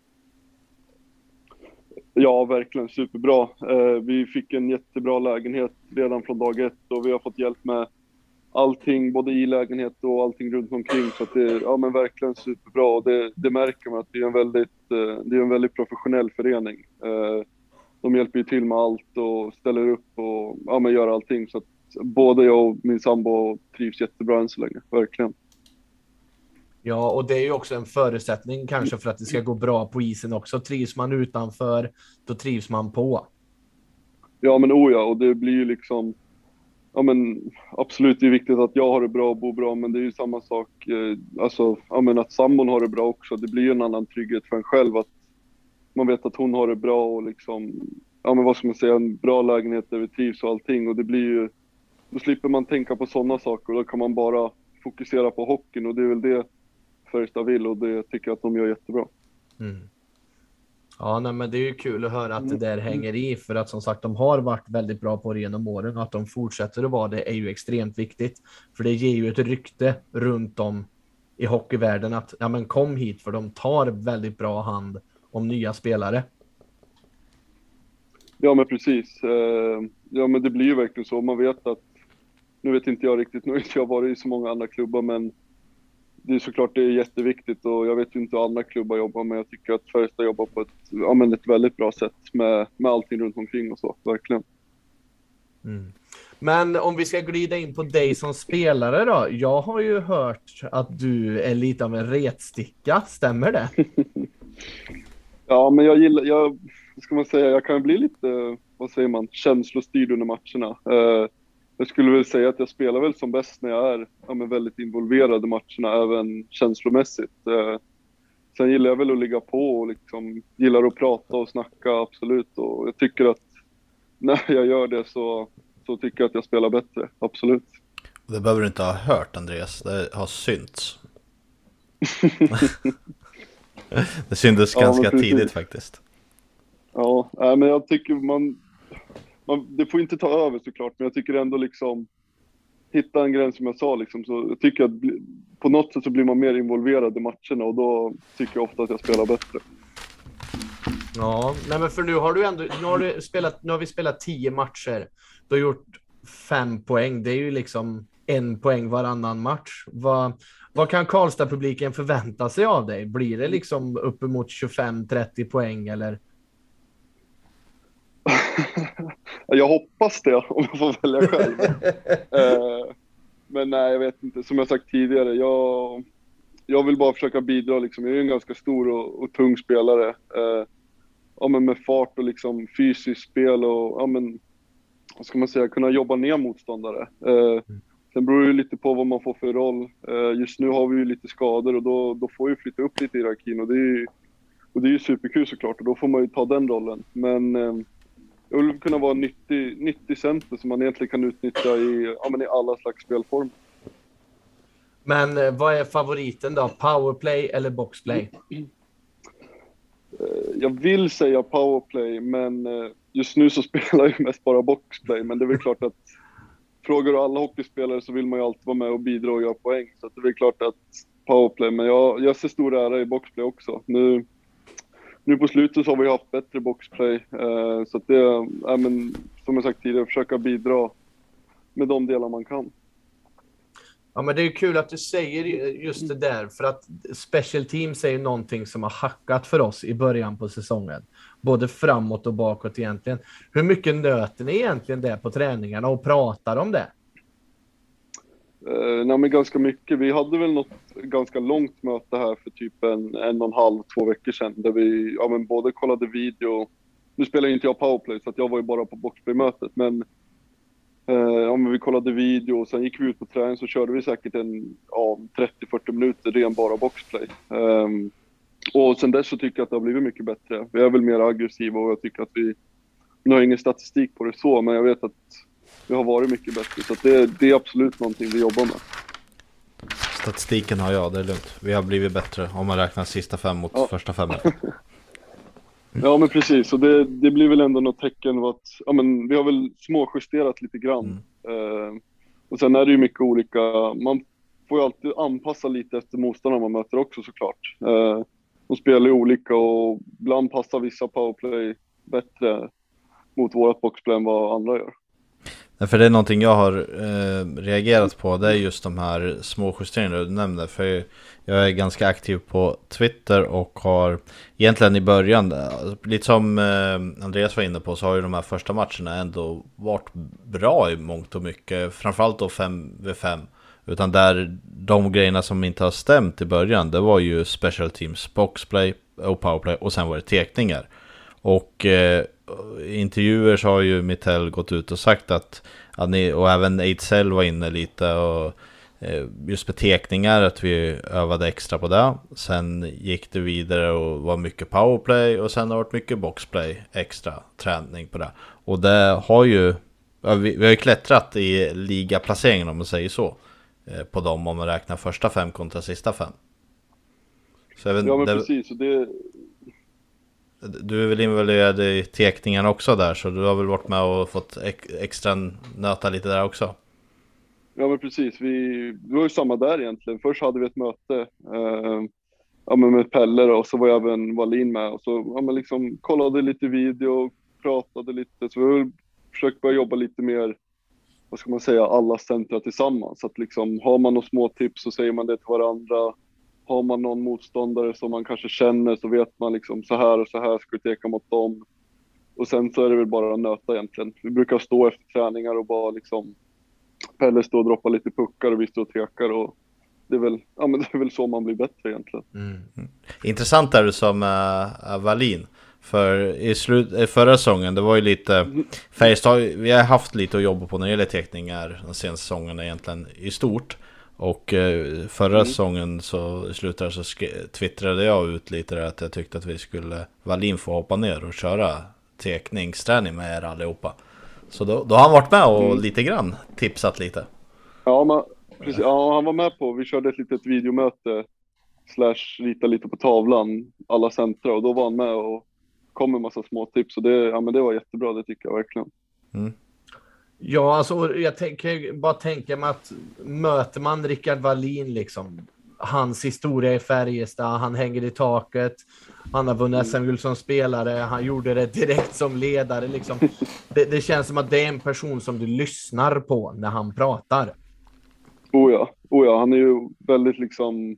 Ja, verkligen superbra. Eh, vi fick en jättebra lägenhet redan från dag ett och vi har fått hjälp med allting, både i lägenhet och allting runt omkring. Så att det är, ja, men verkligen superbra och det, det märker man att det är en väldigt, eh, det är en väldigt professionell förening. Eh, de hjälper ju till med allt och ställer upp och, ja, men gör allting. Så att både jag och min sambo trivs jättebra än så länge, verkligen. Ja, och det är ju också en förutsättning kanske för att det ska gå bra på isen också. Trivs man utanför, då trivs man på. Ja, men oh ja, och det blir ju liksom, ja men absolut det är viktigt att jag har det bra och bor bra, men det är ju samma sak, eh, alltså, ja men att sambon har det bra också. Det blir ju en annan trygghet för en själv att man vet att hon har det bra och liksom, ja men vad ska man säga, en bra lägenhet där vi trivs och allting, och det blir ju, då slipper man tänka på sådana saker och då kan man bara fokusera på hockeyn, och det är väl det Färjestad vill, och det tycker jag att de gör jättebra. Mm. Ja, nej, men det är ju kul att höra att det där hänger i, för att som sagt de har varit väldigt bra på det genom åren, och att de fortsätter att vara det är ju extremt viktigt, för det ger ju ett rykte runt om i hockeyvärlden att ja, men kom hit, för de tar väldigt bra hand om nya spelare. Ja men precis, ja men det blir ju verkligen så. Man vet att, nu vet inte jag riktigt, nu har jag varit i så många andra klubbar, men det är såklart det är jätteviktigt, och jag vet ju inte hur andra klubbar jobbar, men jag tycker att Färjestad jobbar på ett, ja, men ett väldigt bra sätt med, med allting runt omkring och så, verkligen. Mm. Men om vi ska glida in på dig som spelare då. Jag har ju hört att du är lite av en retsticka, stämmer det? Ja, men jag gillar, jag, ska man säga, jag kan bli lite, vad säger man, känslostyrd under matcherna. Uh, Jag skulle väl säga att jag spelar väl som bäst när jag är, ja, men väldigt involverad i matcherna, även känslomässigt. Eh, sen gillar jag väl att ligga på och liksom gillar att prata och snacka, absolut. Och jag tycker att när jag gör det så, så tycker jag att jag spelar bättre, absolut. Det behöver du inte ha hört, Andreas, det har synts. Det syntes ja, ganska tidigt faktiskt. Ja, äh, men jag tycker man... Man, det får inte ta över såklart, men jag tycker ändå liksom hitta en gräns som jag sa liksom, så jag tycker att bli, på något sätt så blir man mer involverad i matcherna, och då tycker jag ofta att jag spelar bättre. Ja, nej men för nu har du ändå, nu har du spelat, nu har vi spelat tio matcher. Du har gjort fem poäng, det är ju liksom en poäng varannan match. Vad, vad kan Karlstad-publiken förvänta sig av dig? Blir det liksom uppemot tjugofem trettio poäng eller? Jag hoppas det, om jag får välja själv. eh, men nej, jag vet inte. Som jag sagt tidigare, jag, jag vill bara försöka bidra. Liksom. Jag är en ganska stor och, och tung spelare. Eh, ja, men med fart och liksom fysiskt spel och ja, men, vad ska man säga, kunna jobba ner motståndare. Eh, sen beror det ju lite på vad man får för roll. Eh, just nu har vi ju lite skador och då, då får vi flytta upp lite i hierarkin och det är ju, och det är ju superkul såklart och då får man ju ta den rollen. Men eh, jag vill kunna vara en nyttig, nyttig center som man egentligen kan utnyttja i, ja, men i alla slags spelform. Men eh, vad är favoriten då? Powerplay eller boxplay? Jag vill säga powerplay, men just nu så spelar jag mest bara boxplay. Men det är väl klart att frågar du alla hockeyspelare så vill man ju alltid vara med och bidra och göra poäng. Så det är väl klart att powerplay, men jag, jag ser stor ära i boxplay också. Nu, nu på slutet så har vi haft bättre boxplay. Så att det är, men, som jag sagt tidigare, försöka bidra med de delar man kan. Ja, men det är kul att du säger just det där, för att special teams är ju någonting som har hackat för oss i början på säsongen. Både framåt och bakåt egentligen. Hur mycket nöter ni egentligen det på träningarna och pratar om det? Eh, nej, men ganska mycket. Vi hade väl något ganska långt möte här för typ en, en och en halv, två veckor sedan. Där vi ja, men både kollade video. Nu spelar ju inte jag powerplay så att jag var ju bara på boxplay-mötet. Men Ja, men vi kollade video och sen gick vi ut på träning så körde vi säkert en ja, trettio till fyrtio minuter ren bara boxplay. Um, och sen dess så tycker jag att det har blivit mycket bättre. Vi är väl mer aggressiva och jag tycker att vi, nu har ingen statistik på det så, men jag vet att vi har varit mycket bättre. Så att det, det är absolut någonting vi jobbar med. Statistiken har jag, det är lugnt. Vi har blivit bättre om man räknar sista fem mot ja. första fem. Ja, men precis. Och det, det blir väl ändå något tecken på att ja, men vi har väl småjusterat lite grann. Mm. Uh, och sen är det ju mycket olika. Man får ju alltid anpassa lite efter motståndarna man möter också såklart. Uh, de spelar ju olika och ibland passar vissa powerplay bättre mot vårat boxplay än vad andra gör. För det är någonting jag har eh, reagerat på. Det är just de här små justeringarna du nämnde. För jag är ganska aktiv på Twitter och har egentligen i början, lite som eh, Andreas var inne på, så har ju de här första matcherna ändå varit bra i mångt och mycket. Framförallt då fem vid fem. Utan där de grejerna som inte har stämt i början, det var ju special teams, boxplay och powerplay och sen var det tekningar. Och eh, i intervjuer så har ju Mittell gått ut och sagt att, att ni, och även Ejdsell var inne lite och eh, just med tekningar att vi övade extra på det. Sen gick det vidare och var mycket powerplay och sen har det varit mycket boxplay, extra träning på det. Och det har ju, ja, vi, vi har ju klättrat i ligaplaceringen om man säger så, eh, på dem om man räknar första fem kontra sista fem. Så även, ja men det, precis, och det... Du är väl involverad i tekningarna också där, så du har väl varit med och fått extra nöta lite där också? Ja men precis, vi, det var ju samma där egentligen. Först hade vi ett möte eh, ja, men med Pelle och så var jag även Wallin med. Och så ja, men liksom, kollade lite video, pratade lite. Så vi har försökt börja jobba lite mer, vad ska man säga, alla centra tillsammans. Så att liksom, har man några små tips så säger man det till varandra. Har man någon motståndare som man kanske känner så vet man liksom så här och så här ska vi teka mot dem. Och sen så är det väl bara att nöta egentligen. Vi brukar stå efter träningar och bara liksom Pelle står och droppar lite puckar och vi står och tekar och det är väl, ja, men det är väl så man blir bättre egentligen. Mm. Mm. Intressant är det som uh, Wallin. För i slut, förra säsongen, det var ju lite Färjestad, vi har haft lite att jobba på när det gäller teckningar den senaste säsongen egentligen i stort. Och eh, förra mm. säsongen så slutade så sk- twittrade jag ut lite där att jag tyckte att vi skulle Wallin få hoppa ner och köra teckningsträning med er allihopa. Så då, då har han varit med och mm. lite grann tipsat lite. Ja, men, precis, ja, han var med på, vi körde ett litet videomöte slash rita lite på tavlan alla centra och då var han med och kom med massa små tips och det, ja, men det var jättebra, det tycker jag verkligen. Mm. Ja, alltså jag tänker bara tänka mig att möter man Rickard Wallin liksom, hans historia i Färjestad, han hänger i taket, han har vunnit S M-guld som spelare, han gjorde det direkt som ledare liksom. Det, det känns som att det är en person som du lyssnar på när han pratar. Oh ja, oh ja, han är ju väldigt liksom,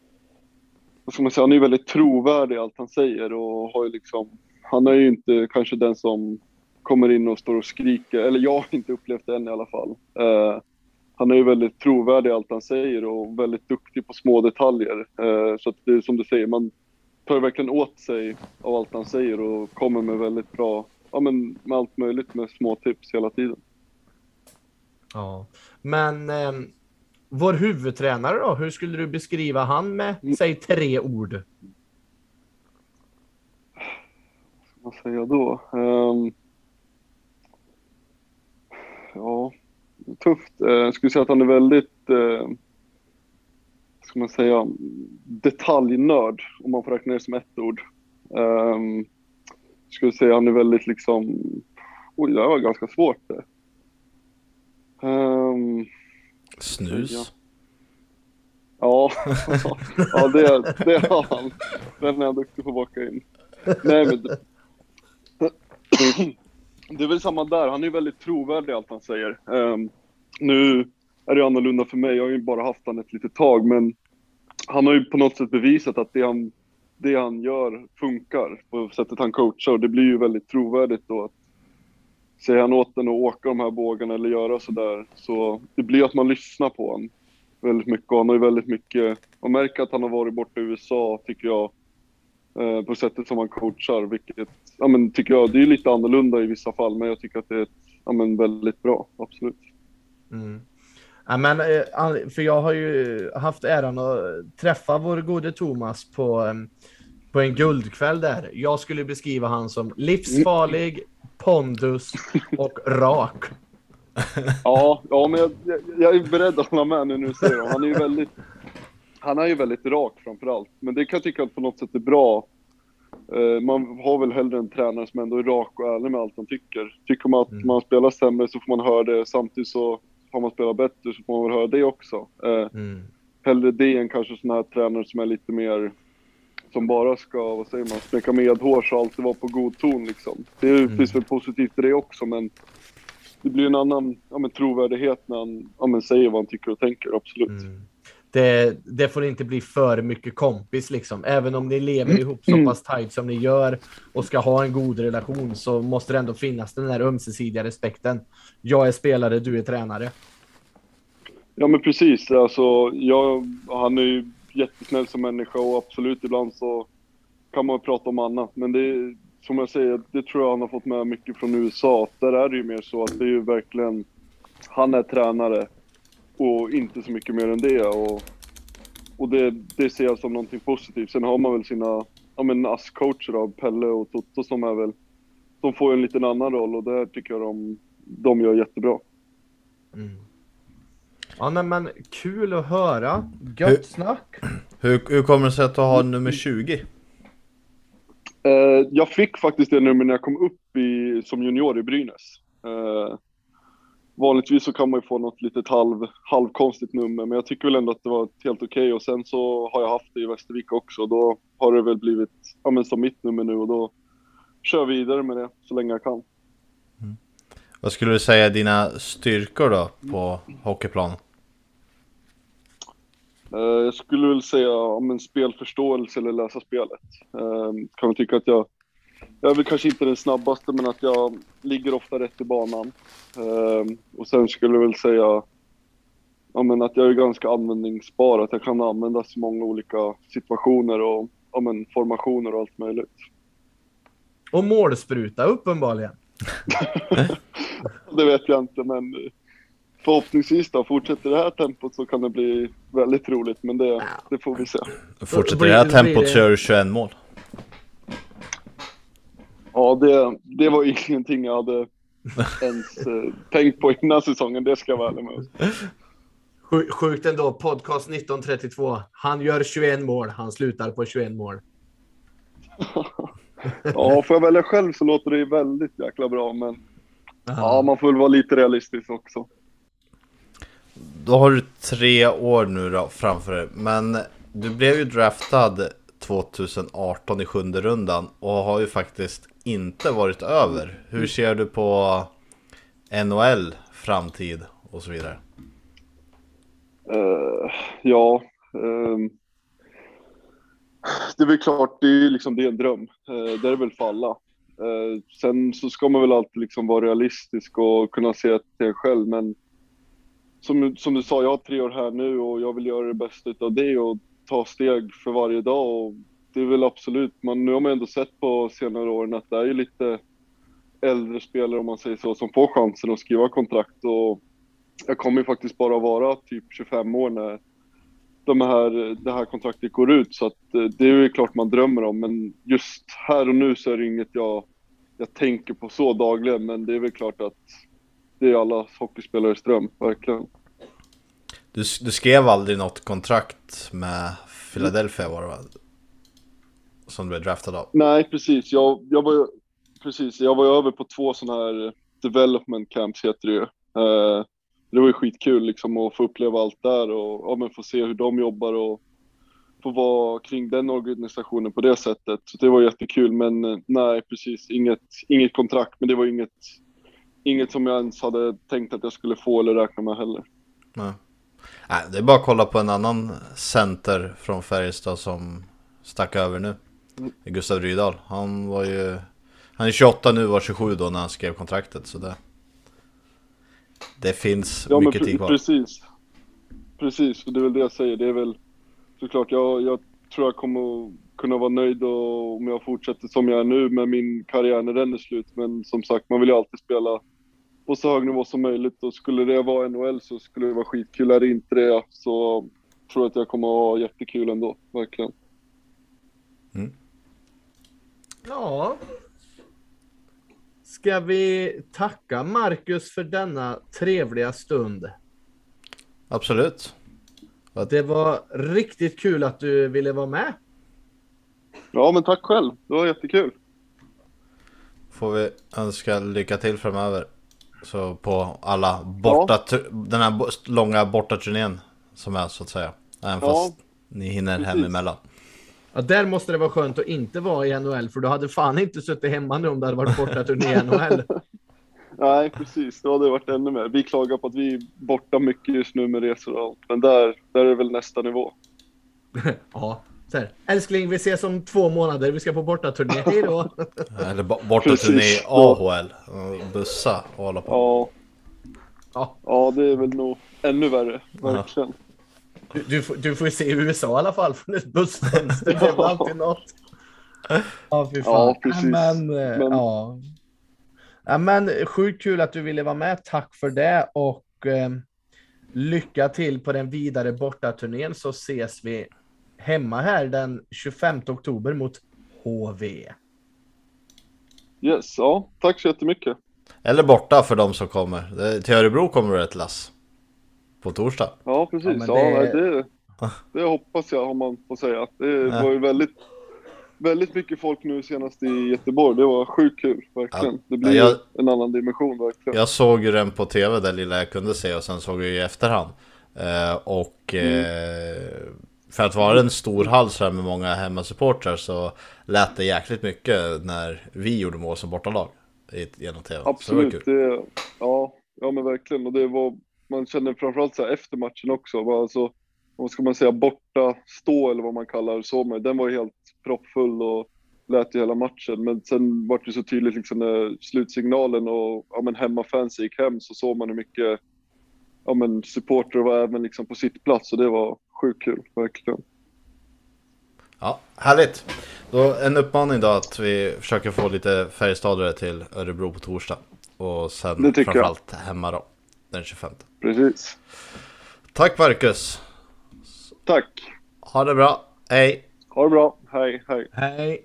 vad ska man säga, han är ju väldigt trovärdig i allt han säger och har ju liksom, han är ju inte kanske den som kommer in och står och skriker, eller jag har inte upplevt det än i alla fall. Uh, han är ju väldigt trovärdig i allt han säger och väldigt duktig på små detaljer. Uh, så att det är som du säger, man tar verkligen åt sig av allt han säger och kommer med väldigt bra, ja men med allt möjligt med små tips hela tiden. Ja, men eh, vår huvudtränare då, hur skulle du beskriva han med, säg tre ord? Vad ska man säga då? Um, ja, tufft. Uh, jag skulle säga att han är väldigt, uh, ska man säga, detaljnörd, om man får räkna det som ett ord. Um, jag skulle säga att han är väldigt liksom, oj, det var ganska svårt det. Um, Snus. Ja, ja det, det har han. Den är jag duktig på att baka in. Nej, men det, det är väl samma där. Han är väldigt trovärdig i allt han säger. Um, nu är det annorlunda för mig. Jag har ju bara haft han ett litet tag. Men han har ju på något sätt bevisat att det han, det han gör funkar på sättet han coachar. Och det blir ju väldigt trovärdigt då att säger han åt den att åka de här bågarna eller göra sådär. Så det blir att man lyssnar på honom väldigt mycket. Och han har ju väldigt mycket, man märker att han har varit borta i U S A, tycker jag, eh, på sättet som han coachar, vilket, ja men tycker jag, det är lite annorlunda i vissa fall, men jag tycker att det är ett, ja men väldigt bra, absolut. Mm. Ja, men, för jag har ju haft äran att träffa vår gode Thomas på, på en guldkväll där. Jag skulle beskriva han som livsfarlig, pondus och rak. Ja, ja men jag, jag är beredd att hålla med nu när du säger det. Han är ju väldigt, han är ju väldigt rak framförallt. Men det kan jag tycka att på något sätt är bra. Man har väl hellre en tränare som ändå är rak och ärlig med allt han tycker. Tycker man att mm. man spelar sämre så får man höra det. Samtidigt så har man spelat bättre så får man väl höra det också. Mm. Hellre det än kanske sådana här tränare som är lite mer, som bara ska, vad säger man, snäcka medhårs och alltid vara på god ton liksom. Det mm. finns väl positivt i det också, men det blir en annan, ja, men, trovärdighet när han, ja, men, säger vad han tycker och tänker, absolut. Mm. Det, det får inte bli för mycket kompis liksom. Även om ni lever ihop så pass tajt som ni gör och ska ha en god relation, så måste det ändå finnas den här ömsesidiga respekten. Jag är spelare, du är tränare. Ja men precis, alltså, jag, han är ju jättesnäll som människa och absolut ibland så kan man prata om annat. Men det är, som jag säger, det tror jag han har fått med mycket från U S A. Där är det ju mer så att det är ju verkligen, han är tränare och inte så mycket mer än det. Och, och det, det ser jag som någonting positivt. Sen har man väl sina, ja men ass-coacher av Pelle och Toto som är väl, de får en liten annan roll och det tycker jag de, de gör jättebra. Mm. Ja, nej, men kul att höra. Gött hur, snack. Hur, hur kommer det sig att du har nummer tjugo? Uh, jag fick faktiskt det nummer när jag kom upp i, som junior i Brynäs. Uh, vanligtvis så kan man ju få något litet halv, halvkonstigt nummer, men jag tycker väl ändå att det var helt okej. Okay. Och sen så har jag haft det i Västervik också. Då har det väl blivit, ja, men som mitt nummer nu, och då kör jag vidare med det så länge jag kan. Mm. Vad skulle du säga är dina styrkor då på hockeyplan? Uh, jag skulle väl säga om en spelförståelse eller läsa spelet. Uh, kan man tycka att jag, jag är väl kanske inte den snabbaste, men att jag ligger ofta rätt i banan. Uh, och sen skulle jag väl säga ja, men att jag är ganska användningsbar, att jag kan användas i många olika situationer och ja, men formationer och allt möjligt. Och målspruta uppenbarligen. Det vet jag inte, men förhoppningsvis då, fortsätter det här tempot så kan det bli väldigt roligt, men det, det får vi se. Fortsätter det här tempot så gör du tjugoett mål. Ja, det, det var ingenting jag hade ens eh, tänkt på innan säsongen, det ska jag vara ärlig med. Sjukt ändå, podcast nitton trettiotvå. Han gör tjugoett mål, han slutar på tjugoett mål. Ja, får jag välja själv så låter det väldigt jäkla bra, men aha, ja, man får väl vara lite realistisk också. Då har du tre år nu då framför dig, men du blev ju draftad tjugoarton i sjunde rundan och har ju faktiskt inte varit över. Hur ser du på N H L framtid och så vidare? Uh, ja, um, det är väl klart, det är liksom det är en dröm. Uh, det är väl för alla. Uh, sen så ska man väl alltid liksom vara realistisk och kunna se det själv, men som, som du sa, jag har tre år här nu och jag vill göra det bästa av det och ta steg för varje dag, och det är väl absolut, man, nu har man ändå sett på senare åren att det är ju lite äldre spelare, om man säger så, som får chansen att skriva kontrakt, och jag kommer ju faktiskt bara vara typ tjugofem år när de här, det här kontraktet går ut. Så att eh, det är ju klart man drömmer om. Men just här och nu så är det inget jag, jag tänker på så dagligen. Men det är väl klart att det är alla hockeyspelares dröm, verkligen. Du, du skrev aldrig något kontrakt med Philadelphia, var det va? Som du blev draftad av? Nej, precis. Jag, jag, var, precis. jag var över på två sådana här development camps, heter det ju. Eh, det var ju skitkul liksom, att få uppleva allt där och ja, men få se hur de jobbar och få vara kring den organisationen på det sättet. Så det var jättekul, men eh, nej, precis. Inget, inget kontrakt, men det var inget, inget som jag ens hade tänkt att jag skulle få eller räkna med heller. Nej. Nej, det är bara att kolla på en annan center från Färjestad som stack över nu. Gustav Rydahl. Han var ju han är tjugoåtta nu, var tjugosju då när han skrev kontraktet, så det det finns ja, mycket men tid kvar. Precis. Precis, och det är väl det jag säger. Det är väl såklart jag jag tror jag kommer att kunna vara nöjd och, om jag fortsätter som jag är nu med min karriär när den är slut, men som sagt, man vill ju alltid spela på så hög nivå som möjligt, och skulle det vara N H L så skulle det vara skitkul. Är det inte det så tror jag att jag kommer att ha jättekul ändå, verkligen. Mm. Ja. Ska vi tacka Marcus för denna trevliga stund? Absolut. Det var riktigt kul att du ville vara med. Ja, men tack själv. Det var jättekul. Får vi önska lycka till framöver. Så på alla borta ja. Den här långa bortaturnén som är, så att säga. Även fast ja, ni hinner precis. Hem emellan. Ja, där måste det vara skönt att inte vara i N H L, för du hade fan inte suttit hemma nu om det hade varit bortaturné i N H L. Nej, precis. Då hade det varit ännu mer. Vi klagar på att vi är borta mycket just nu med resor och allt. Men där, där är det väl nästa nivå. Ja, så här. Älskling, vi ses om två månader. Vi ska på bortaturné. Hej då. Eller bortaturné i A H L. Bussa och hålla på. Ja. Ja. Ja, det är väl nog ännu värre. Verkligen. Ja. Du, du, får, du får ju se i U S A i alla fall. Från ett bussfönster. Det är alltid något. Ja, fy fan. Ja, precis. Men, men... ja. Ja, men sjukt kul att du ville vara med. Tack för det. Och eh, lycka till på den vidare bortaturnén, så ses vi hemma här den tjugofemte oktober mot H V. Yes, ja. Tack så jättemycket. Eller borta för de som kommer. Till Örebro kommer det ett lass. På torsdag. Ja, precis. Ja, det... Ja, det, det hoppas jag, om man får säga. Det ja. var ju väldigt, väldigt mycket folk nu senast i Göteborg. Det var sjukt kul, verkligen. Ja. Det blir jag, en annan dimension, verkligen. Jag såg ju den på tv, där lilla jag kunde se. Och sen såg jag ju i efterhand. Eh, och mm. eh, för att vara en stor hall så här med många hemmasupportrar, så lät det jäkligt mycket när vi gjorde mål som bortalag genom tv. Absolut. Det det, ja, ja, men verkligen. Och det var... Man känner framförallt så här efter matchen också. Alltså, vad ska man säga, borta stå eller vad man kallar det så. Men den var ju helt proppfull och lät ju hela matchen. Men sen var det så tydligt liksom när slutsignalen och ja, men hemmafans gick hem, så såg man hur mycket ja, men supporter var även liksom på sitt plats. Och det var sjukt kul, verkligen. Ja, härligt. Då en uppmaning då att vi försöker få lite Färjestadare till Örebro på torsdag. Och sen framförallt jag. hemma då. Den tjugofemte. Precis. Tack Marcus. Tack. Ha det bra. Hej. Ha det bra. Hej, hej. Hej.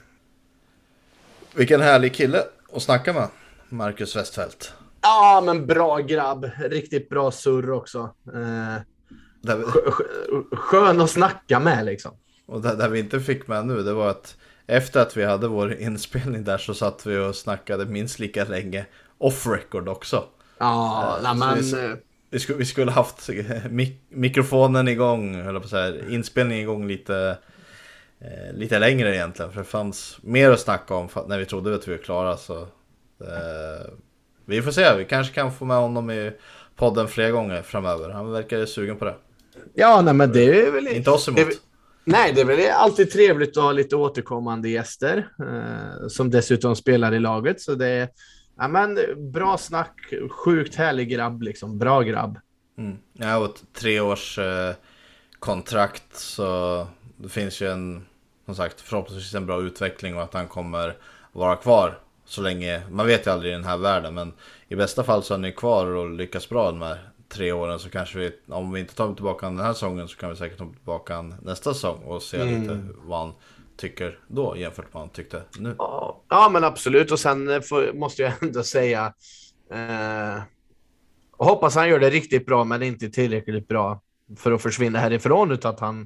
Vilken härlig kille att snacka med. Marcus Westfeldt. Ja, men bra grabb. Riktigt bra surr också. Eh, där... Skön att snacka med liksom. Och det där vi inte fick med nu, det var att efter att vi hade vår inspelning där, så satt vi och snackade minst lika länge off record också. Ja, uh, men vi, vi, skulle, vi skulle haft mik- mikrofonen igång, eller på så här, inspelningen igång lite eh, lite längre egentligen, för det fanns mer att snacka om när vi trodde att vi var klara, så eh, vi får se, vi kanske kan få med honom i podden flera gånger framöver. Han verkar sugen på det. Ja, nej, men det är väl inte oss emot. Det, nej, det är väl alltid trevligt att ha lite återkommande gäster eh, som dessutom spelar i laget, så det är ja, men bra snack, sjukt härlig grabb liksom, bra grabb. Mm. Ja, och ett tre års eh, kontrakt, så det finns ju en, som sagt, förhoppningsvis en bra utveckling, och att han kommer vara kvar så länge, man vet ju aldrig i den här världen, men i bästa fall så är han ju kvar och lyckas bra de här tre åren så kanske vi, om vi inte tar tillbaka den här säsongen så kan vi säkert ta tillbaka nästa säsong och se mm. lite vad han tycker då jämfört med vad han tyckte nu. Ja, ja men absolut. Och sen får, måste jag ändå säga eh, och hoppas han gör det riktigt bra men inte tillräckligt bra för att försvinna härifrån, utan att han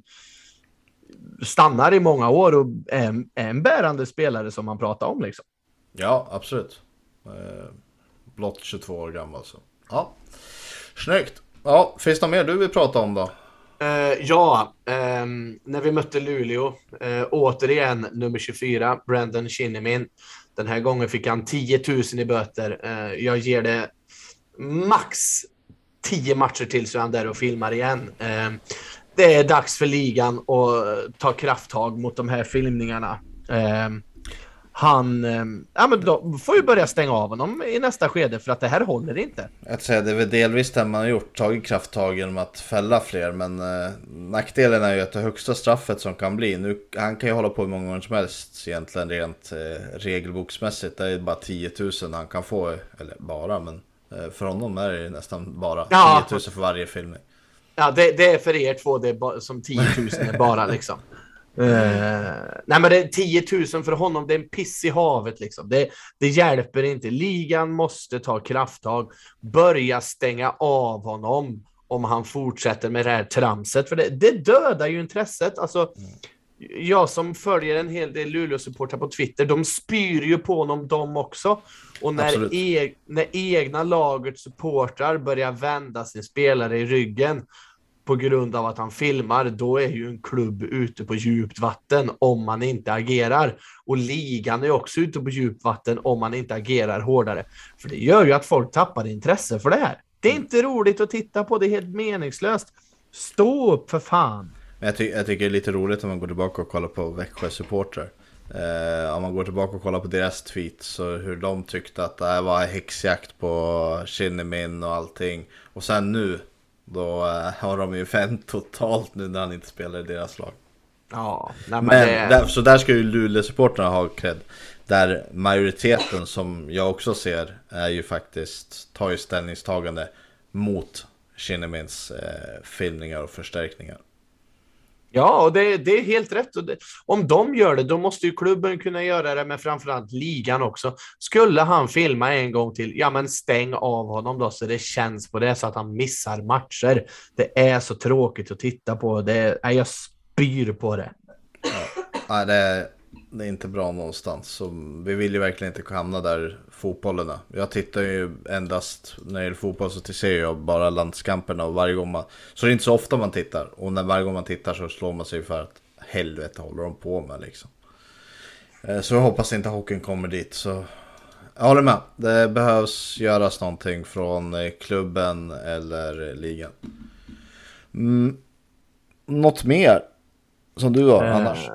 stannar i många år och är, är en bärande spelare som man pratar om liksom. Ja, absolut. Eh, blott tjugotvå år gammal så. Ja, snyggt. Ja, finns det mer du vill prata om då? Uh, ja, um, när vi mötte Luleå, uh, återigen nummer tjugofyra, Brandon Shinnimin. Den här gången fick han tio tusen i böter. Uh, jag ger det max tio matcher till så är han där och filmar igen. Uh, det är dags för ligan att ta krafttag mot de här filmningarna. Uh, Han ja, men då får ju börja stänga av honom i nästa skede, för att det här håller inte. Jag säga, det är väl delvis det man har gjort, tagit krafttag genom att fälla fler, men eh, nackdelen är ju att det högsta straffet som kan bli, nu, han kan ju hålla på hur många gånger som helst egentligen rent eh, regelboksmässigt, det är bara tio tusen han kan få, eller bara, men eh, för honom är det nästan bara ja, tio tusen för varje filmning. Ja, det, det är för er två, det är ba- som tio tusen är bara liksom. Uh, nej men det är tio tusen för honom, det är en piss i havet liksom. det, det hjälper inte. Ligan måste ta krafttag, börja stänga av honom om han fortsätter med det här tramset, för det, det dödar ju intresset. Alltså jag som följer en hel del Luleå-supportrar på Twitter, de spyr ju på honom de också. Och när, e- när egna lagets supportrar börjar vända sin spelare i ryggen på grund av att han filmar, då är ju en klubb ute på djupt vatten om man inte agerar. Och ligan är också ute på djupt vatten om man inte agerar hårdare. För det gör ju att folk tappar intresse för det här. Det är inte roligt att titta på, det är helt meningslöst. Stå upp för fan. Jag, ty- jag tycker det är lite roligt om man går tillbaka och kollar på Växjö-supportrar. Eh, om man går tillbaka och kollar på deras tweets, så hur de tyckte att det här var häxjakt på Shinnimin och allting. Och sen nu då uh, har de ju vänt totalt nu när han inte spelar i deras lag. Ja, nej, men, men det... där, så där ska ju Luleå-supporterna ha cred. Där majoriteten, som jag också ser, är ju faktiskt tar ju ställningstagande mot Shinnimins eh, filmningar och förstärkningar. Ja, och det, det är helt rätt. Och det, om de gör det, då måste ju klubben kunna göra det, med framförallt ligan också. Skulle han filma en gång till, ja men stäng av honom då så det känns på det, så att han missar matcher. Det är så tråkigt att titta på. Det är, jag spyr på det. Ja, det är, det är inte bra någonstans. Så vi vill ju verkligen inte hamna där fotbollarna. Jag tittar ju endast, när det gäller fotboll så ser jag bara landskamperna, och varje gång man, så det är inte så ofta man tittar, och när varje gång man tittar så slår man sig för att helvete håller de på med liksom. Så jag hoppas inte hockeyn kommer dit, så jag håller med. Det behövs göras någonting från klubben eller ligan. Mm. Något mer som du har uh... annars?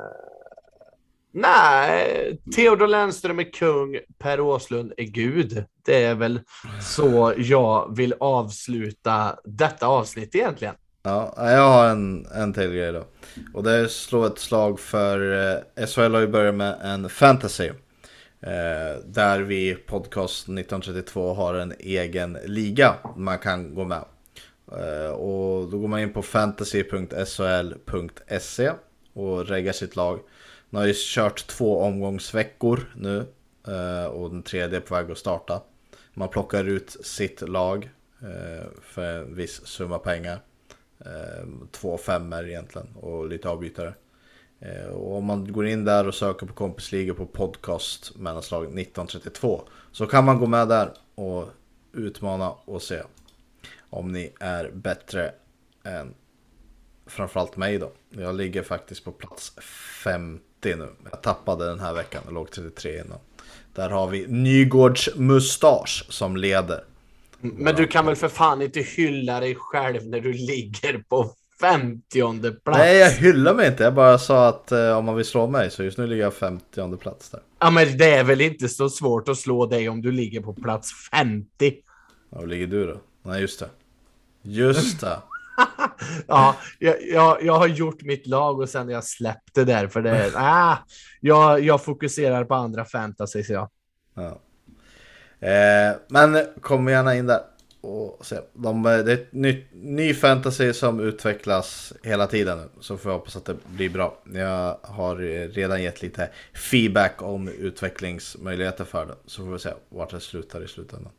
Nej, Theodor Lennström är kung, Per Åslund är gud. Det är väl så jag vill avsluta detta avsnitt egentligen. Ja, jag har en, en till grej då. Och det är slå ett slag för eh, S H L har ju börjat med en fantasy. Eh, där vi podcast nitton trettiotvå har en egen liga man kan gå med. Eh, och då går man in på fantasy punkt s h l punkt s e och reggar sitt lag. Man har ju kört två omgångsveckor nu, och den tredje är på väg att starta. Man plockar ut sitt lag för en viss summa pengar. Två femmer egentligen och lite avbytare. Och om man går in där och söker på kompisliga på podcast mellanslag nitton trettiotvå, så kan man gå med där och utmana och se om ni är bättre än framförallt mig då. Jag ligger faktiskt på plats femtio nu. Jag tappade den här veckan och låg trettiotre innan. Där har vi Nygårds mustasch som leder. Men du kan väl för fan inte hylla dig själv när du ligger på femtionde plats? Nej, jag hyllar mig inte. Jag bara sa att eh, om man vill slå mig, så just nu ligger jag femtionde plats där. Ja, men det är väl inte så svårt att slå dig om du ligger på plats femtio. Ja, var ligger du då? Nej, just det. Just det. Ja, jag, jag, jag har gjort mitt lag och sen jag släppte där för det. Ah, jag, jag fokuserar på andra fantasy, så jag. Ja. Eh, men kom gärna in där. och se. De, det är ett ny, ny fantasy som utvecklas hela tiden nu, så får jag hoppas att det blir bra. Jag har redan gett lite feedback om utvecklingsmöjligheter för det, så får vi se vart det slutar i slutändan.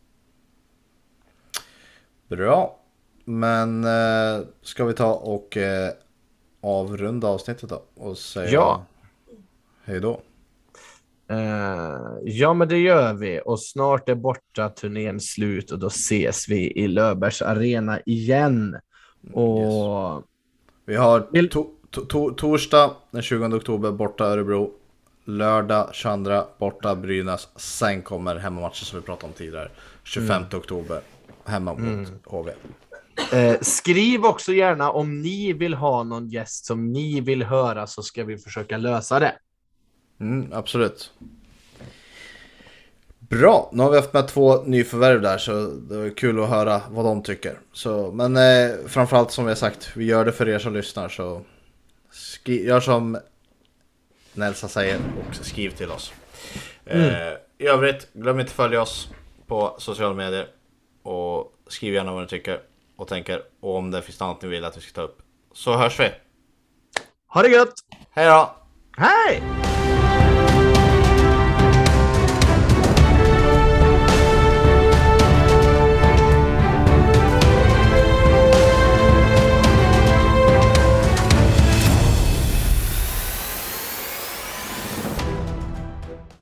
Bra, men eh, ska vi ta och eh, avrunda avsnittet då och säga ja. hej då. Uh, ja, men det gör vi. Och snart är borta turnén slut och då ses vi i Löfbergs arena igen. Och yes. Vi har to- to- to- torsdag den tjugonde oktober borta Örebro, lördag tjugoandra borta Brynäs, sen kommer hemmamatchen som vi pratade om tidigare tjugofemte oktober hemma mot mm. H V. Eh, skriv också gärna om ni vill ha någon gäst som ni vill höra, så ska vi försöka lösa det. Mm, absolut. Bra, nu har vi haft med två nyförvärv där, så det är kul att höra vad de tycker. Så, men eh, framförallt som vi har sagt, vi gör det för er som lyssnar, så skri- gör som Nelsa säger och skriv till oss. Mm. Eh, I övrigt, glöm inte att följa oss på sociala medier och skriv gärna vad ni tycker och tänker, och om det finns något ni vill att vi ska ta upp. Så hörs vi. Ha det gött! Hej då! Hej!